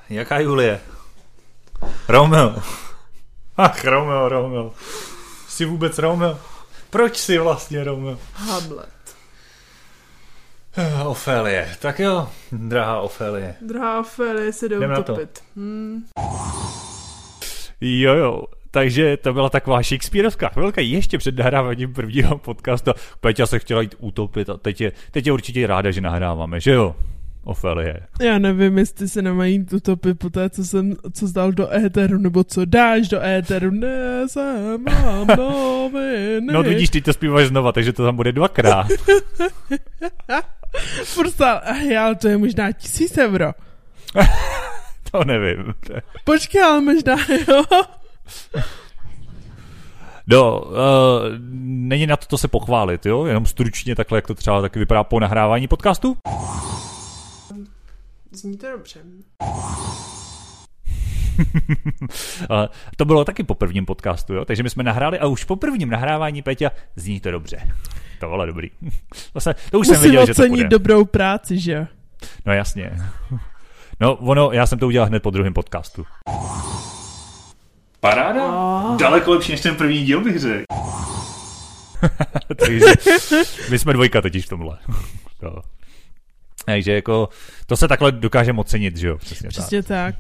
Jaká Julie? Romeo. Ach, Romeo. Jsi vůbec Romeo? Proč jsi vlastně Romeo?
Hamlet.
Ofélie. Tak jo, drahá Ofélie.
Drahá Ofélie se jde utopit.
Jo. Takže to byla taková shakespearovská chvilka ještě před nahráváním prvního podcastu. Peťa se chtěla jít utopit a teď je určitě ráda, že nahráváme, že jo? Ofélie.
Já nevím, jestli se nemají jít utopit po té, co dal do éteru, nebo co dáš do éteru. Mám noviny.
No vidíš, ty to zpíváš znova, takže to tam bude 2krát.
Ale to je možná 1000 euro.
To nevím.
Počkej, ale možná, jo.
No, není na to se pochválit, jo? Jenom stručně takhle, jak to třeba taky vypadá po nahrávání podcastu.
Zní to dobře.
To bylo taky po prvním podcastu, jo? Takže my jsme nahráli a už po prvním nahrávání, Peťa, zní to dobře. To bylo dobrý. To už jsem viděl, že to bude.
Musím ocenit dobrou práci, že?
No jasně. No, já jsem to udělal hned po druhém podcastu. Paráda? Daleko lepší než ten první díl, bych řekl. Takže my jsme 2 totiž v tomhle. No. Takže jako, to se takhle dokážeme ocenit, že jo?
Přesně tak.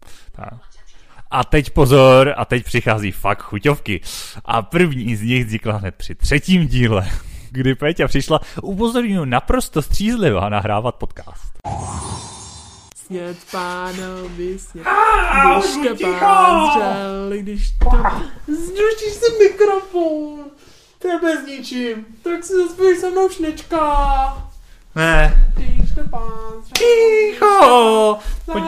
A teď pozor, a teď přichází fakt chuťovky. A první z nich vznikla hned při 3. díle, kdy Péťa přišla upozorňuji naprosto střízlivá nahrávat podcast.
Sněd pánovi, sněd, když to pán zřel, když to... Zduštíš si mikrofon, tebe zničím, tak si zaspěj se mnou Šnečka.
Ne.
Když to pán zřel,
ticho.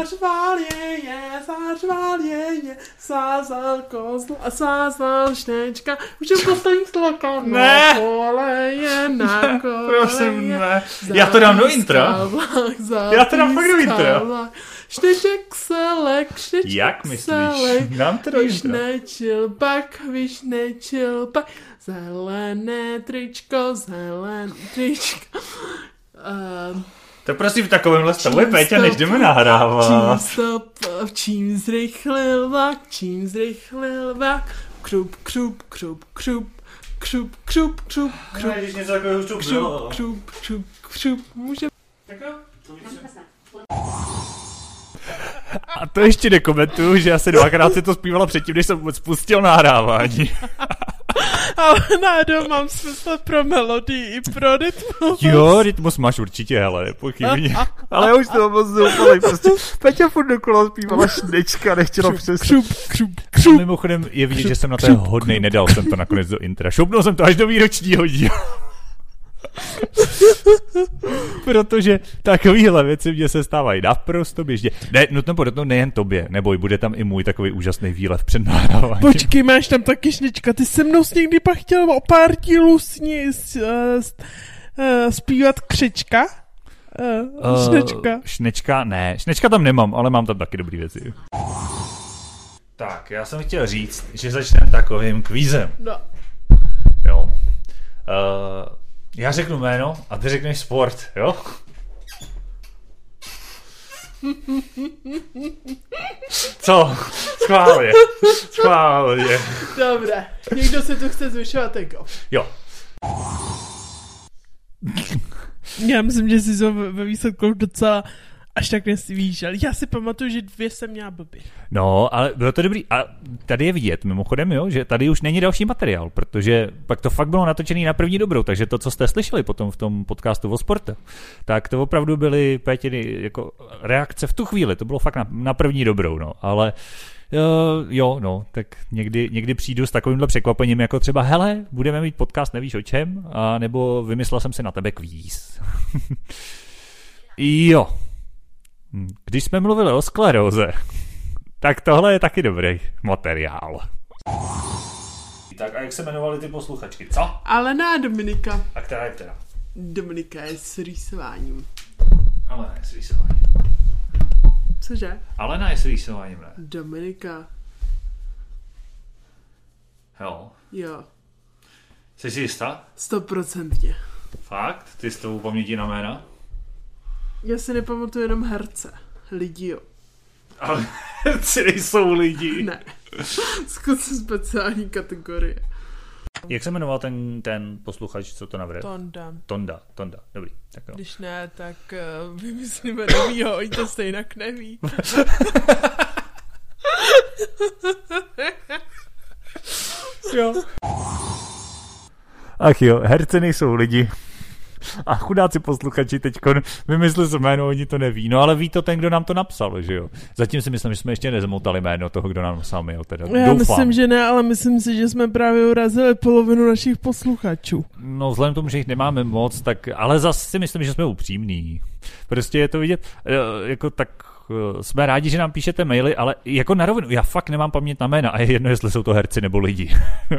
Zařval je, sázal kozl a sázal Šnečka, už je poslední sloka,
ne.
Na koleje, na koleje.
Prosím, ne. Já to dám do intra. Já to dám fakt do intra.
Šneček selek,
jak myslíš? Dám to do intra.
Vyšnečil pak, zelené tričko.
To prosím v takovémhle stavu je Péťa, než jdeme nahrávat.
Čím zrychlil vlak, krup.
Když něco takového
Krup. Může...
A to ještě nekomentuju, že já se 2krát si to zpívala předtím, než jsem vůbec spustil nahrávání.
Ale náhodou mám smysl pro melodii i pro rytmus.
Jo, rytmus máš určitě, hele, nepochybně. Ale já už to moc neupalej, prostě Peťa furt dokola zpívala Šnečka, nechtěla přestat.
Křup.
Mimochodem je vidět, že jsem na to hodnej, nedal jsem to nakonec do intra. Šoupnul jsem to až do výročního dílu. Protože takovýhle věci mě se stávají naprosto běžně. Ne, nutno podotknout nejen tobě, neboj, bude tam i můj takový úžasný výlev před nahráváním.
Počkej, máš tam taky Šnečka, ty se mnou někdy pak chtěl o pár dílů zpívat Křečka? Šnečka.
Šnečka, ne, Šnečka tam nemám, ale mám tam taky dobrý věci. Tak, já jsem chtěl říct, že začneme takovým kvízem.
No.
Jo. Já řeknu jméno a ty řekneš sport, jo? Co? Schválně.
Dobré, někdo se tu chce zvyšovat ego.
Jo.
Já myslím, že jsi to ve výsledku docela až tak nesvíš, ale já si pamatuju, že 2 jsem měla blbě.
No, ale bylo to dobrý. A tady je vidět, mimochodem, jo, že tady už není další materiál, protože pak to fakt bylo natočený na první dobrou, takže to, co jste slyšeli potom v tom podcastu o sportu, tak to opravdu byly Pétiny jako reakce v tu chvíli, to bylo fakt na první dobrou, no, ale jo, no, tak někdy přijdu s takovýmhle překvapením, jako třeba, hele, budeme mít podcast, nevíš o čem, a nebo vymyslel jsem si na tebe kvíz. Jo. Když jsme mluvili o skleróze, tak tohle je taky dobrý materiál. Tak a jak se jmenovaly ty posluchačky, co?
Alena a Dominika.
A která je teda?
Dominika je s rýsováním.
Alena je s rýsováním.
Cože?
Alena je s rýsováním, ne?
Dominika.
Jo. Jsi si jistá?
100%.
Fakt? Ty s tou pamětí na jména?
Já si nepamatuju jenom herce. Lidi, jo.
Ale herci nejsou lidi.
Ne. Zkus speciální kategorie.
Jak se jmenoval ten posluchač, co to navrhl?
Tonda.
Dobrý. Tak jo.
Když ne, tak vymyslíme novýho, oni to stejně neví.
Jo. Ach jo, herci nejsou lidi. A chudáci posluchači teďkon vymysleli se jméno, oni to neví. No ale ví to ten, kdo nám to napsal, že jo? Zatím si myslím, že jsme ještě nezamotali jméno toho, kdo nám napsal mail. Teda.
Já myslím, že ne, ale myslím si, že jsme právě urazili polovinu našich posluchačů.
No vzhledem k tomu, že jich nemáme moc, tak, ale zase si myslím, že jsme upřímní. Prostě je to vidět, jako tak jsme rádi, že nám píšete maily, ale jako na rovinu, já fakt nemám paměť na jména a je jedno, jestli jsou to herci nebo lidi.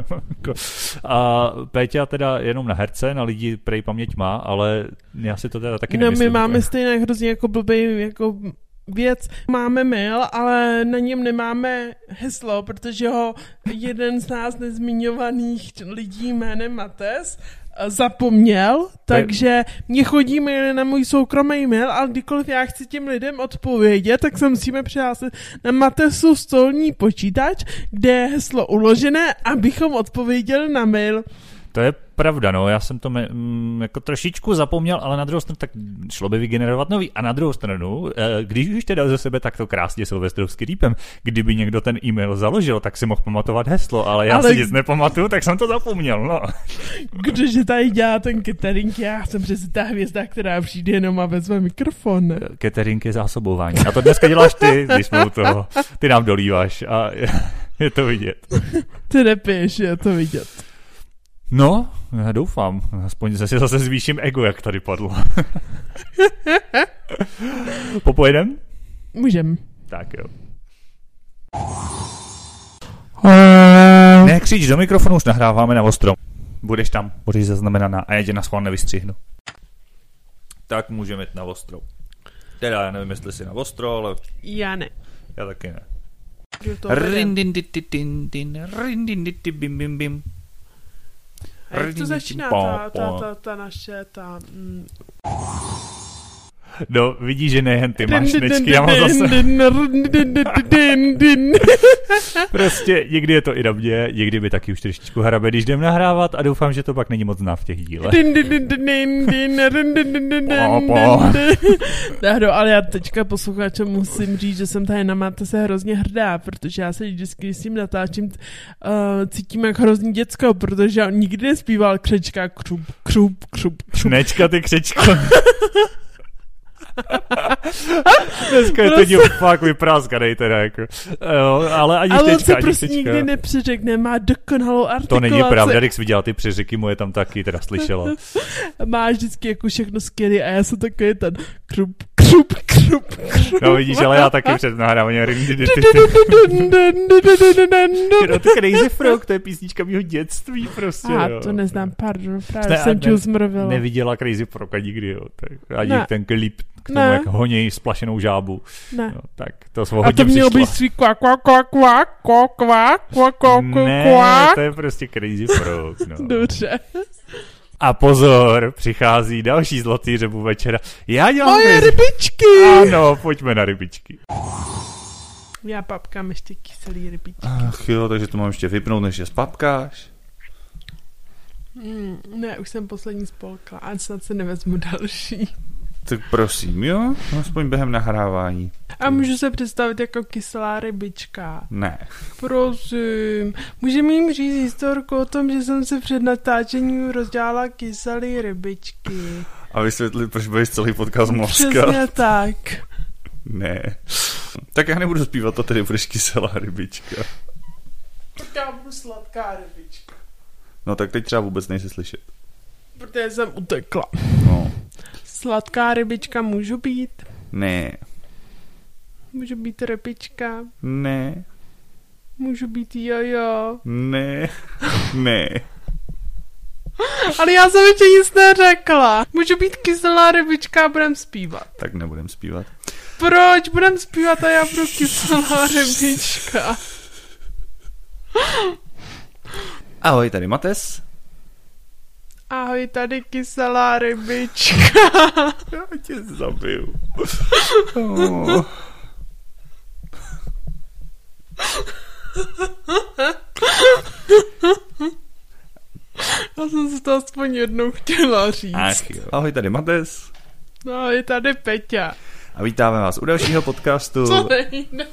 A Péťa teda jenom na herce, na lidi prej paměť má, ale já si to teda taky nemyslím.
My máme stejně hrozně jako blbý jako věc. Máme mail, ale na něm nemáme heslo, protože ho jeden z nás nezmiňovaných lidí jménem Mates zapomněl, takže mě chodí maily na můj soukromý mail, ale kdykoliv já chci těm lidem odpovědět, tak se musíme přihlásit na Matesu stolní počítač, kde je heslo uložené, abychom odpověděli na mail.
To je pravda, no, já jsem to jako trošičku zapomněl, ale na druhou stranu tak šlo by vygenerovat nový. A na druhou stranu, když už teda ze sebe takto krásně silvestrovský rýpem, kdyby někdo ten e-mail založil, tak si mohl pamatovat heslo, ale já si nic nepamatuju, tak jsem to zapomněl, no.
Kdože tady dělá ten catering, já jsem přece ta hvězda, která přijde jenom a vezme mikrofon.
Catering je zásobování. A to dneska děláš ty, když jsme u toho. Ty nám dolíváš a je to vidět.
Ty nepiješ, je to vidět.
No, já doufám. Aspoň si zase zvýším ego, jak tady padlo. Popojedem?
Můžem.
Tak jo. Nekřič do mikrofonu, už nahráváme na ostro. Budeš tam, budeš zaznamenaná a já tě na schvál nevystřihnu. Tak můžeme jít na ostro. Teda já nevím, jestli jsi na ostro, ale...
Já ne.
Já taky ne. Bim.
A jak to začíná ta naše,
No, vidíš, že nejen ty máš nečky, já mám zase... Prostě někdy je to i na mě, někdy by taky už trošičku hrabe, když jdem nahrávat a doufám, že to pak není moc znát v těch dílech.
No, ale já teďka posluchačům musím říct, že jsem tady na Matese hrozně hrdá, protože já se vždycky, když s tím natáčím, cítím jak hrozný děcko, protože on nikdy nespíval křečka křup.
Nečka, ty křečko. Dneska je to díl fakt vypráskanej teda, jako. Ale ani
ale
tečka,
on se
ani
prostě
tečka.
nikdy nepřeřekne, má dokonalou artikulaci.
To není pravda, když jsi viděla ty přeřeky, moje tam taky teda slyšela.
Má vždycky jako všechno skvělý a já jsem takový ten krup.
No vidíš, ale já taky před nahráváním. Ty Crazy Frog, to je písnička mýho dětství prostě.
To neznám, pardon, právě jsem ti uzmrvila.
Neviděla Crazy Froga nikdy, jo. Ani ten klip k tomu, jak honěj splašenou žábu.
Ne.
No, tak to jsou hodně
přišlo. A to mělo být svý
Ne, to je prostě Crazy Frog, no.
Dobře.
A pozor, přichází další zlatý řebu večera. Já dělám
moje rybičky!
Ano, pojďme na rybičky.
Já papkám ještě kyselý rybičky.
Ach jo, takže to mám ještě vypnout, než je spapkáš.
Ne, už jsem poslední spolkla a snad se nevezmu další.
Tak prosím, jo? Aspoň během nahrávání.
A můžu se představit jako kyselá rybička?
Ne.
Prosím. Můžeme jim říct historku o tom, že jsem se před natáčením rozdělala kyselý rybičky.
A vysvětlit, proč budeš celý podcast mozka.
Přesně tak.
Ne. Tak já nebudu zpívat, to tedy budeš kyselá rybička.
Tak já budu sladká rybička.
No tak teď třeba vůbec nejsi slyšet.
Protože jsem utekla.
No.
Sladká rybička můžu být?
Ne.
Můžu být rybička?
Ne.
Můžu být jojo?
Ne. Ne.
Ale já jsem ještě nic neřekla. Můžu být kyselá rybička a budem zpívat.
Tak nebudem zpívat.
Proč? Budem zpívat a já budu kyselá rybička.
Ahoj, tady Mates.
Ahoj, tady kyselá rybička.
Já tě zabiju. Oh.
Já jsem si to aspoň jednou chtěla říct.
Ach jo. Ahoj, tady Mates.
No, je tady Peťa.
A vítáme vás u dalšího podcastu.
Co nejde?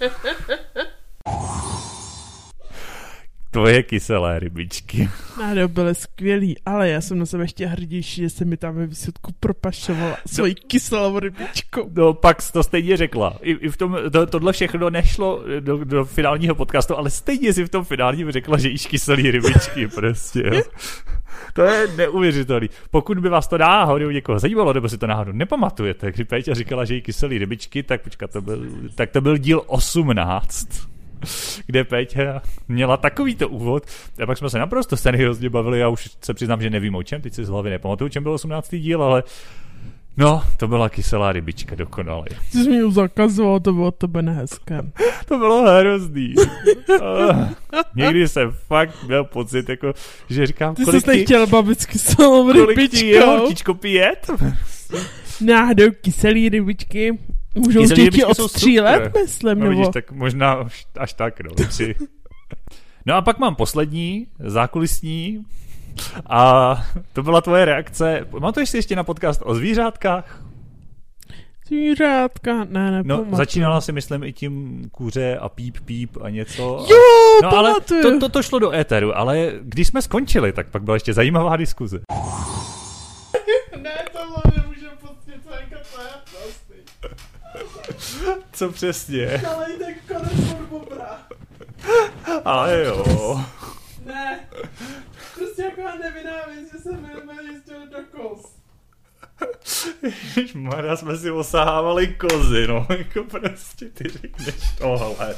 Tvoje kyselé rybičky.
Nádo byly skvělý, ale já jsem na sebe ještě hrdější, že se mi tam ve výsledku propašovala svojí kyselou rybičkou.
No, pak jsi to stejně řekla. I v tom, tohle všechno nešlo do finálního podcastu, ale stejně si v tom finálním řekla, že jíš kyselý rybičky prostě, jo. To je neuvěřitelný. Pokud by vás to náhodou někoho zajímalo, nebo si to náhodou nepamatujete, kdy Péťa říkala, že jí kyselý rybičky, tak počkat, to byl díl 18, kde Péťa měla takovýto úvod. A pak jsme se naprosto seriózně bavili, já už se přiznám, že nevím o čem, teď si z hlavy nepamatuju, čem byl 18. díl, ale no, to byla kyselá rybička, dokonale.
Ty jsi mi ji zakazoval, to bylo tebe nehezké.
To bylo hrozný. Někdy jsem fakt měl pocit, jako, že říkám,
ty jsi nechtěl bavit s kyselou rybičkou.
Kolik ti je holčičko pijet?
Náhodou kyselý rybičky můžou děti od 3 let, myslím.
No vidíš,
nebo...
tak možná až tak, no. No a pak mám poslední, zákulisní, a to byla tvoje reakce. Pamatuješ si ještě na podcast o zvířátkách?
Zvířátka, ne,
No, začínala si, myslím, i tím kuře a píp a něco.
Jo,
no,
pamatuju.
ale to šlo do éteru, ale když jsme skončili, tak pak byla ještě zajímavá diskuze.
Ne, tohle nemůžem pocit, to je vlastně.
Co přesně?
Ale jde konec od bobra.
Ale jo.
Ne, prostě jako nevinná věc, že jsem jezdil do kos.
Ježišmarja, jsme si osahávali kozy, no, jako prostě ty řekneš tohle.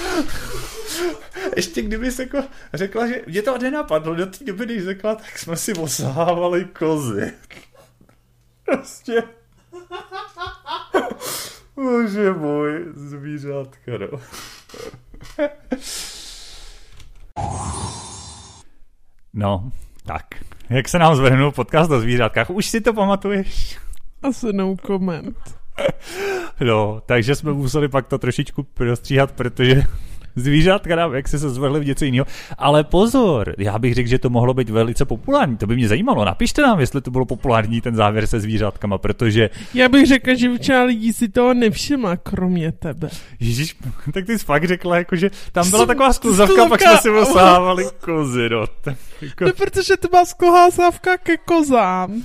Ještě kdyby jsi jako řekla, že mě to nenapadlo, do té doby, když řekla, tak jsme si osahávali kozy. Prostě. Bože můj, zvířátka, no. No, tak. Jak se nám zvrhnul podcast o zvířátkách? Už si to pamatuješ?
Asi no comment.
No, takže jsme museli pak to trošičku prostříhat, protože zvířátka nám jak se zvrhli v něco jiného. Ale pozor, já bych řekl, že to mohlo být velice populární. To by mě zajímalo. Napište nám, jestli to bylo populární ten závěr se zvířátkama, protože...
Já bych řekla, že většina lidí si toho nevšimla, kromě tebe.
Ježíš, tak ty jsi fakt řekla, jako, že tam byla taková skluzavka, pak jsme si osávali kozy, no. Tak jako...
No, protože to byla skluzavka ke kozám.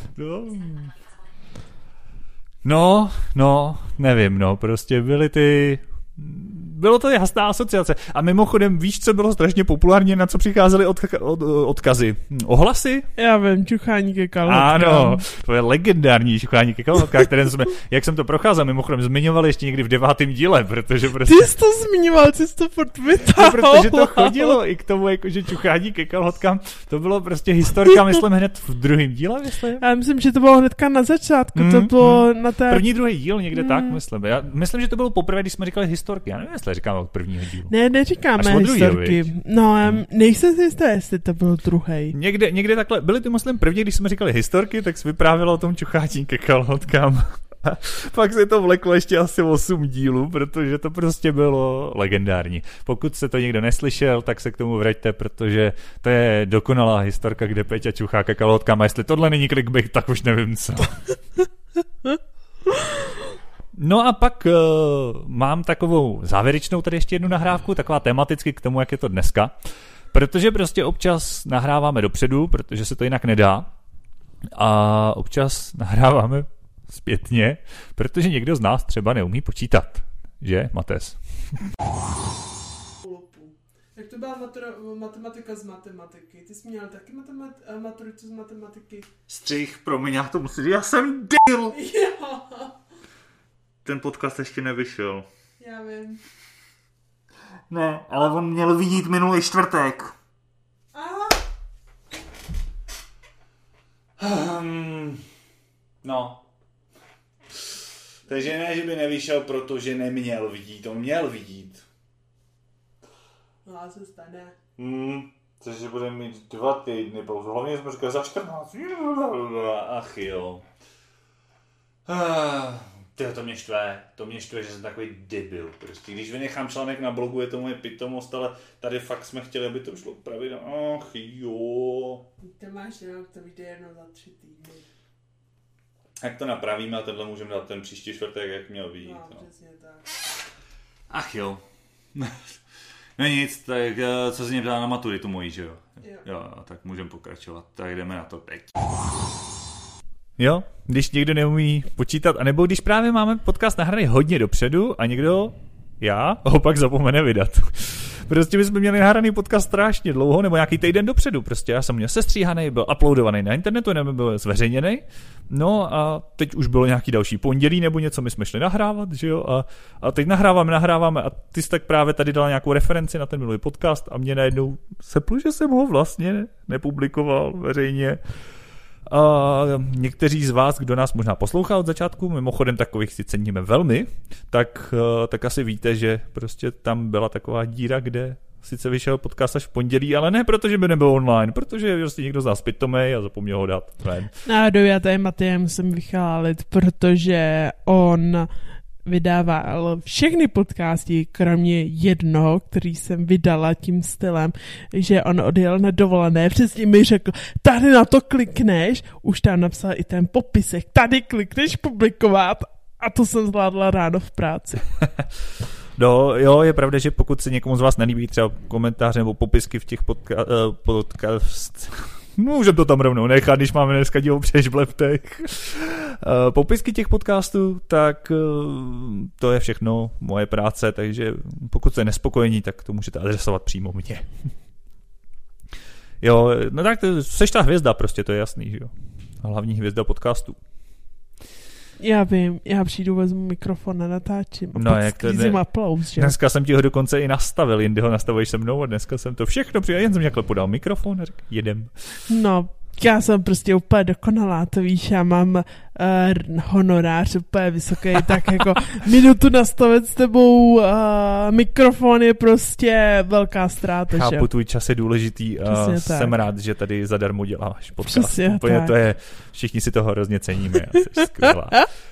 No, nevím, no, prostě bylo to jasná asociace. A mimochodem, víš, co bylo strašně populárně, na co přicházely odkazy? Ohlasy?
Já vím, čuchání ke kalhotkám.
Ano, to je legendární čuchání ke kalhotkám, které jsme, jak jsem to procházel, mimochodem zmiňovali ještě někdy v 9. díle, protože prostě...
Ty jsi to zmiňoval, ty jsi to furt vytáhl.
No, protože to chodilo i k tomu, jakože čuchání ke kalhotkám, to bylo prostě historka, myslím, hned v 2. díle, myslím.
Já myslím, že to bylo hnedka na začátku, to bylo na té...
1., 2. díl, někde tak, myslím. Já myslím, že to bylo poprvé, když jsme říkali historky. Já nevím, jestli říkáme od 1. dílu.
Ne, neříkáme historky. No, nejsem si jistý, jestli to byl 2.
Někde takhle, byly ty myslím první, když jsme říkali historky, tak jsi vyprávěla o tom čuchání ke kalhotkám. Pak se to vleklo ještě asi 8 dílů, protože to prostě bylo legendární. Pokud se to někdo neslyšel, tak se k tomu vraťte, protože to je dokonalá historka, kde Peťa čuchá ke kalhotkám. A jestli tohle není clickbait, tak už nevím co. No a pak mám takovou závěrečnou tady ještě jednu nahrávku, taková tematicky k tomu, jak je to dneska. Protože prostě občas nahráváme dopředu, protože se to jinak nedá. A občas nahráváme zpětně, protože někdo z nás třeba neumí počítat. Že, Mates?
Jak to byla matematika z matematiky? Ty jsi měl taky maturitu z matematiky?
Střih, promiň, já to musím, já jsem debil.
Jo.
Ten podcast ještě nevyšel.
Já vím.
Ne, ale on měl vidět minulý čtvrtek.
Aha.
No. Takže ne, že by nevyšel, protože neměl vidět, on měl vidět.
No a se stane.
Takže budeme mít 2 týdny pauzu. Hlavně jsme říkali za 14. Ach jo. To mě štve, že jsem takový debil. Prostě. Když vynechám článek na blogu, je to moje pitomost, ale tady fakt jsme chtěli, aby to šlo pravidelně. Ach jo.
Ty máš jenom, to vyjde jednou za 3 týdny.
Jak to napravíme a tenhle můžeme dát ten příští čtvrtek, jak měl být.
No, přesně tak.
Ach jo. No nic, tak co se mě ptá na maturitu mojí, že jo? Jo, tak můžeme pokračovat. Tak jdeme na to teď. Jo, když někdo neumí počítat, anebo když právě máme podcast nahraný hodně dopředu a někdo, já, ho pak zapomene vydat. Prostě bychom měli nahraný podcast strašně dlouho, nebo nějaký týden dopředu. Prostě já jsem měl sestříhaný, byl uploadovaný na internetu, nebo byl zveřejněný. No a teď už bylo nějaký další pondělí nebo něco, my jsme šli nahrávat, že jo? A teď nahráváme a ty jsi tak právě tady dala nějakou referenci na ten minulý podcast a mě najednou sepl, že jsem ho vlastně nepublikoval veřejně. A někteří z vás, kdo nás možná poslouchá od začátku, mimochodem takových si ceníme velmi, tak asi víte, že prostě tam byla taková díra, kde sice vyšel podcast až v pondělí, ale ne protože by nebyl online, protože prostě někdo z nás pitomej a zapomněl ho dát ven.
Náhodou já tady Matějem musím vychválit, protože on vydával všechny podcasty, kromě jednoho, který jsem vydala tím stylem, že on odjel na dovolené, přesně mi řekl, tady na to klikneš, už tam napsal i ten popisek, tady klikneš publikovat a to jsem zvládla ráno v práci.
No jo, je pravda, že pokud se někomu z vás nelíbí třeba komentáře nebo popisky v těch můžeme to tam rovnou nechat, když máme dneska díl přešbleptech. Popisky těch podcastů, tak to je všechno moje práce, takže pokud jste nespokojení, tak to můžete adresovat přímo mně. Jo, no tak seš ta hvězda prostě, to je jasný, že jo. Hlavní hvězda podcastů.
Já vím, já přijdu, vezmu mikrofon a natáčím. A
no, jak to
aplaus, že?
Dneska jsem ti ho dokonce i nastavil, jindy ho nastavuješ se mnou a dneska jsem to všechno přijel, jen jsem nějakhle podal mikrofon a řekl, jedem.
No, já jsem prostě úplně dokonalá, to víš, já mám honorář úplně vysoký, tak jako minutu nastavit s tebou mikrofon je prostě velká ztráta.
Chápu, tvůj čas je důležitý a jsem rád, že tady zadarmo děláš podcast.
Přesně
úplně
tak.
To je, všichni si toho hrozně ceníme, jsi skvělá.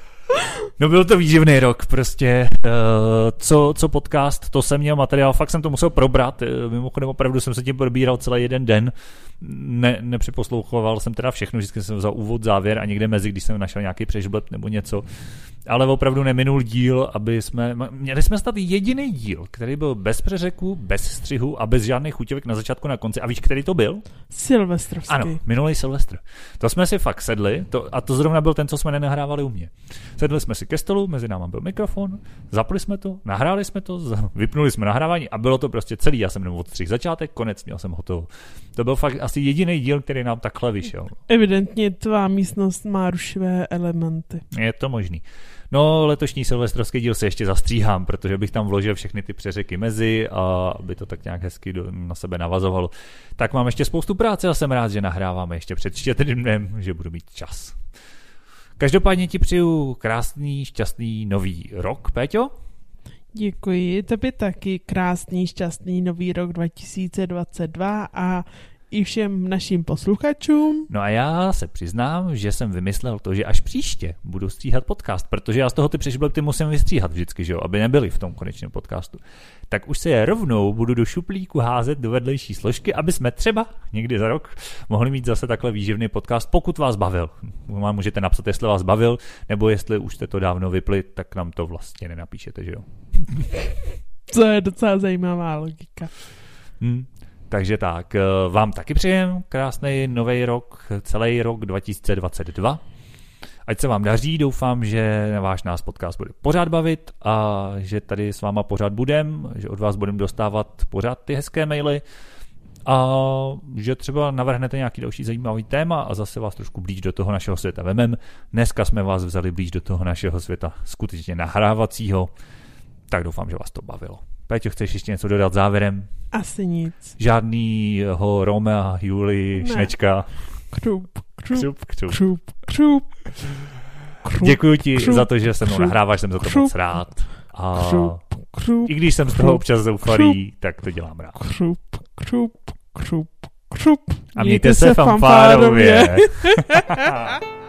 No byl to výživný rok, prostě co podcast, to jsem měl materiál, fakt jsem to musel probrat, mimochodem opravdu jsem se tím probíral celý jeden den, nepřeposlouchoval jsem teda všechno, vždycky jsem vzal úvod, závěr a někde mezi, když jsem našel nějaký přežbleb nebo něco, ale opravdu neminul díl, měli jsme snad jediný díl, který byl bez přeřeku, bez střihu a bez žádných chuťovek na začátku, na konci. A víš, který to byl?
Silvestrovský.
Ano, minulý Silvestr. To jsme si fakt sedli, a to zrovna byl ten, co jsme nenahrávali u mě. Sedli jsme si ke stolu, mezi náma byl mikrofon, zapli jsme to, nahráli jsme to, vypnuli jsme nahrávání a bylo to prostě celý. Já jsem odstřihl začátek, konec, měl jsem hotovo. To byl fakt asi jediný díl, který nám takhle vyšel.
Evidentně tvá místnost má rušivé elementy.
Je to možný. No, letošní silvestrovský díl se ještě zastříhám, protože bych tam vložil všechny ty přeřeky mezi a aby to tak nějak hezky na sebe navazovalo. Tak mám ještě spoustu práce a jsem rád, že nahráváme ještě před Štědrým dnem, že budu mít čas. Každopádně ti přeju krásný, šťastný nový rok, Péťo.
Děkuji, tobě taky krásný, šťastný nový rok 2022 a i všem našim posluchačům.
No a já se přiznám, že jsem vymyslel to, že až příště budu stříhat podcast, protože já z toho ty přešblety musím vystříhat vždycky, že jo, aby nebyly v tom konečném podcastu. Tak už se je rovnou budu do šuplíku házet do vedlejší složky, aby jsme třeba někdy za rok mohli mít zase takhle výživný podcast, pokud vás bavil. Můžete napsat, jestli vás bavil, nebo jestli už jste to dávno vypli, tak nám to vlastně nenapíšete, že jo.
To je docela zajímavá logika.
Takže tak, vám taky přejem krásný nový rok, celý rok 2022. Ať se vám daří, doufám, že váš nás podcast bude pořád bavit a že tady s váma pořád budem, že od vás budeme dostávat pořád ty hezké maily a že třeba navrhnete nějaký další zajímavý téma a zase vás trošku blíž do toho našeho světa vemem. Dneska jsme vás vzali blíž do toho našeho světa skutečně nahrávacího, tak doufám, že vás to bavilo. Péťo, chceš ještě něco dodat závěrem?
Asi nic.
Žádnýho Romea, Julii, Šnečka.
Krup.
Děkuji ti za to, že se mnou nahráváš, jsem za to moc rád. A i když jsem z toho občas zoufalý, tak to dělám rád.
Krup.
A mějte se fanfárově.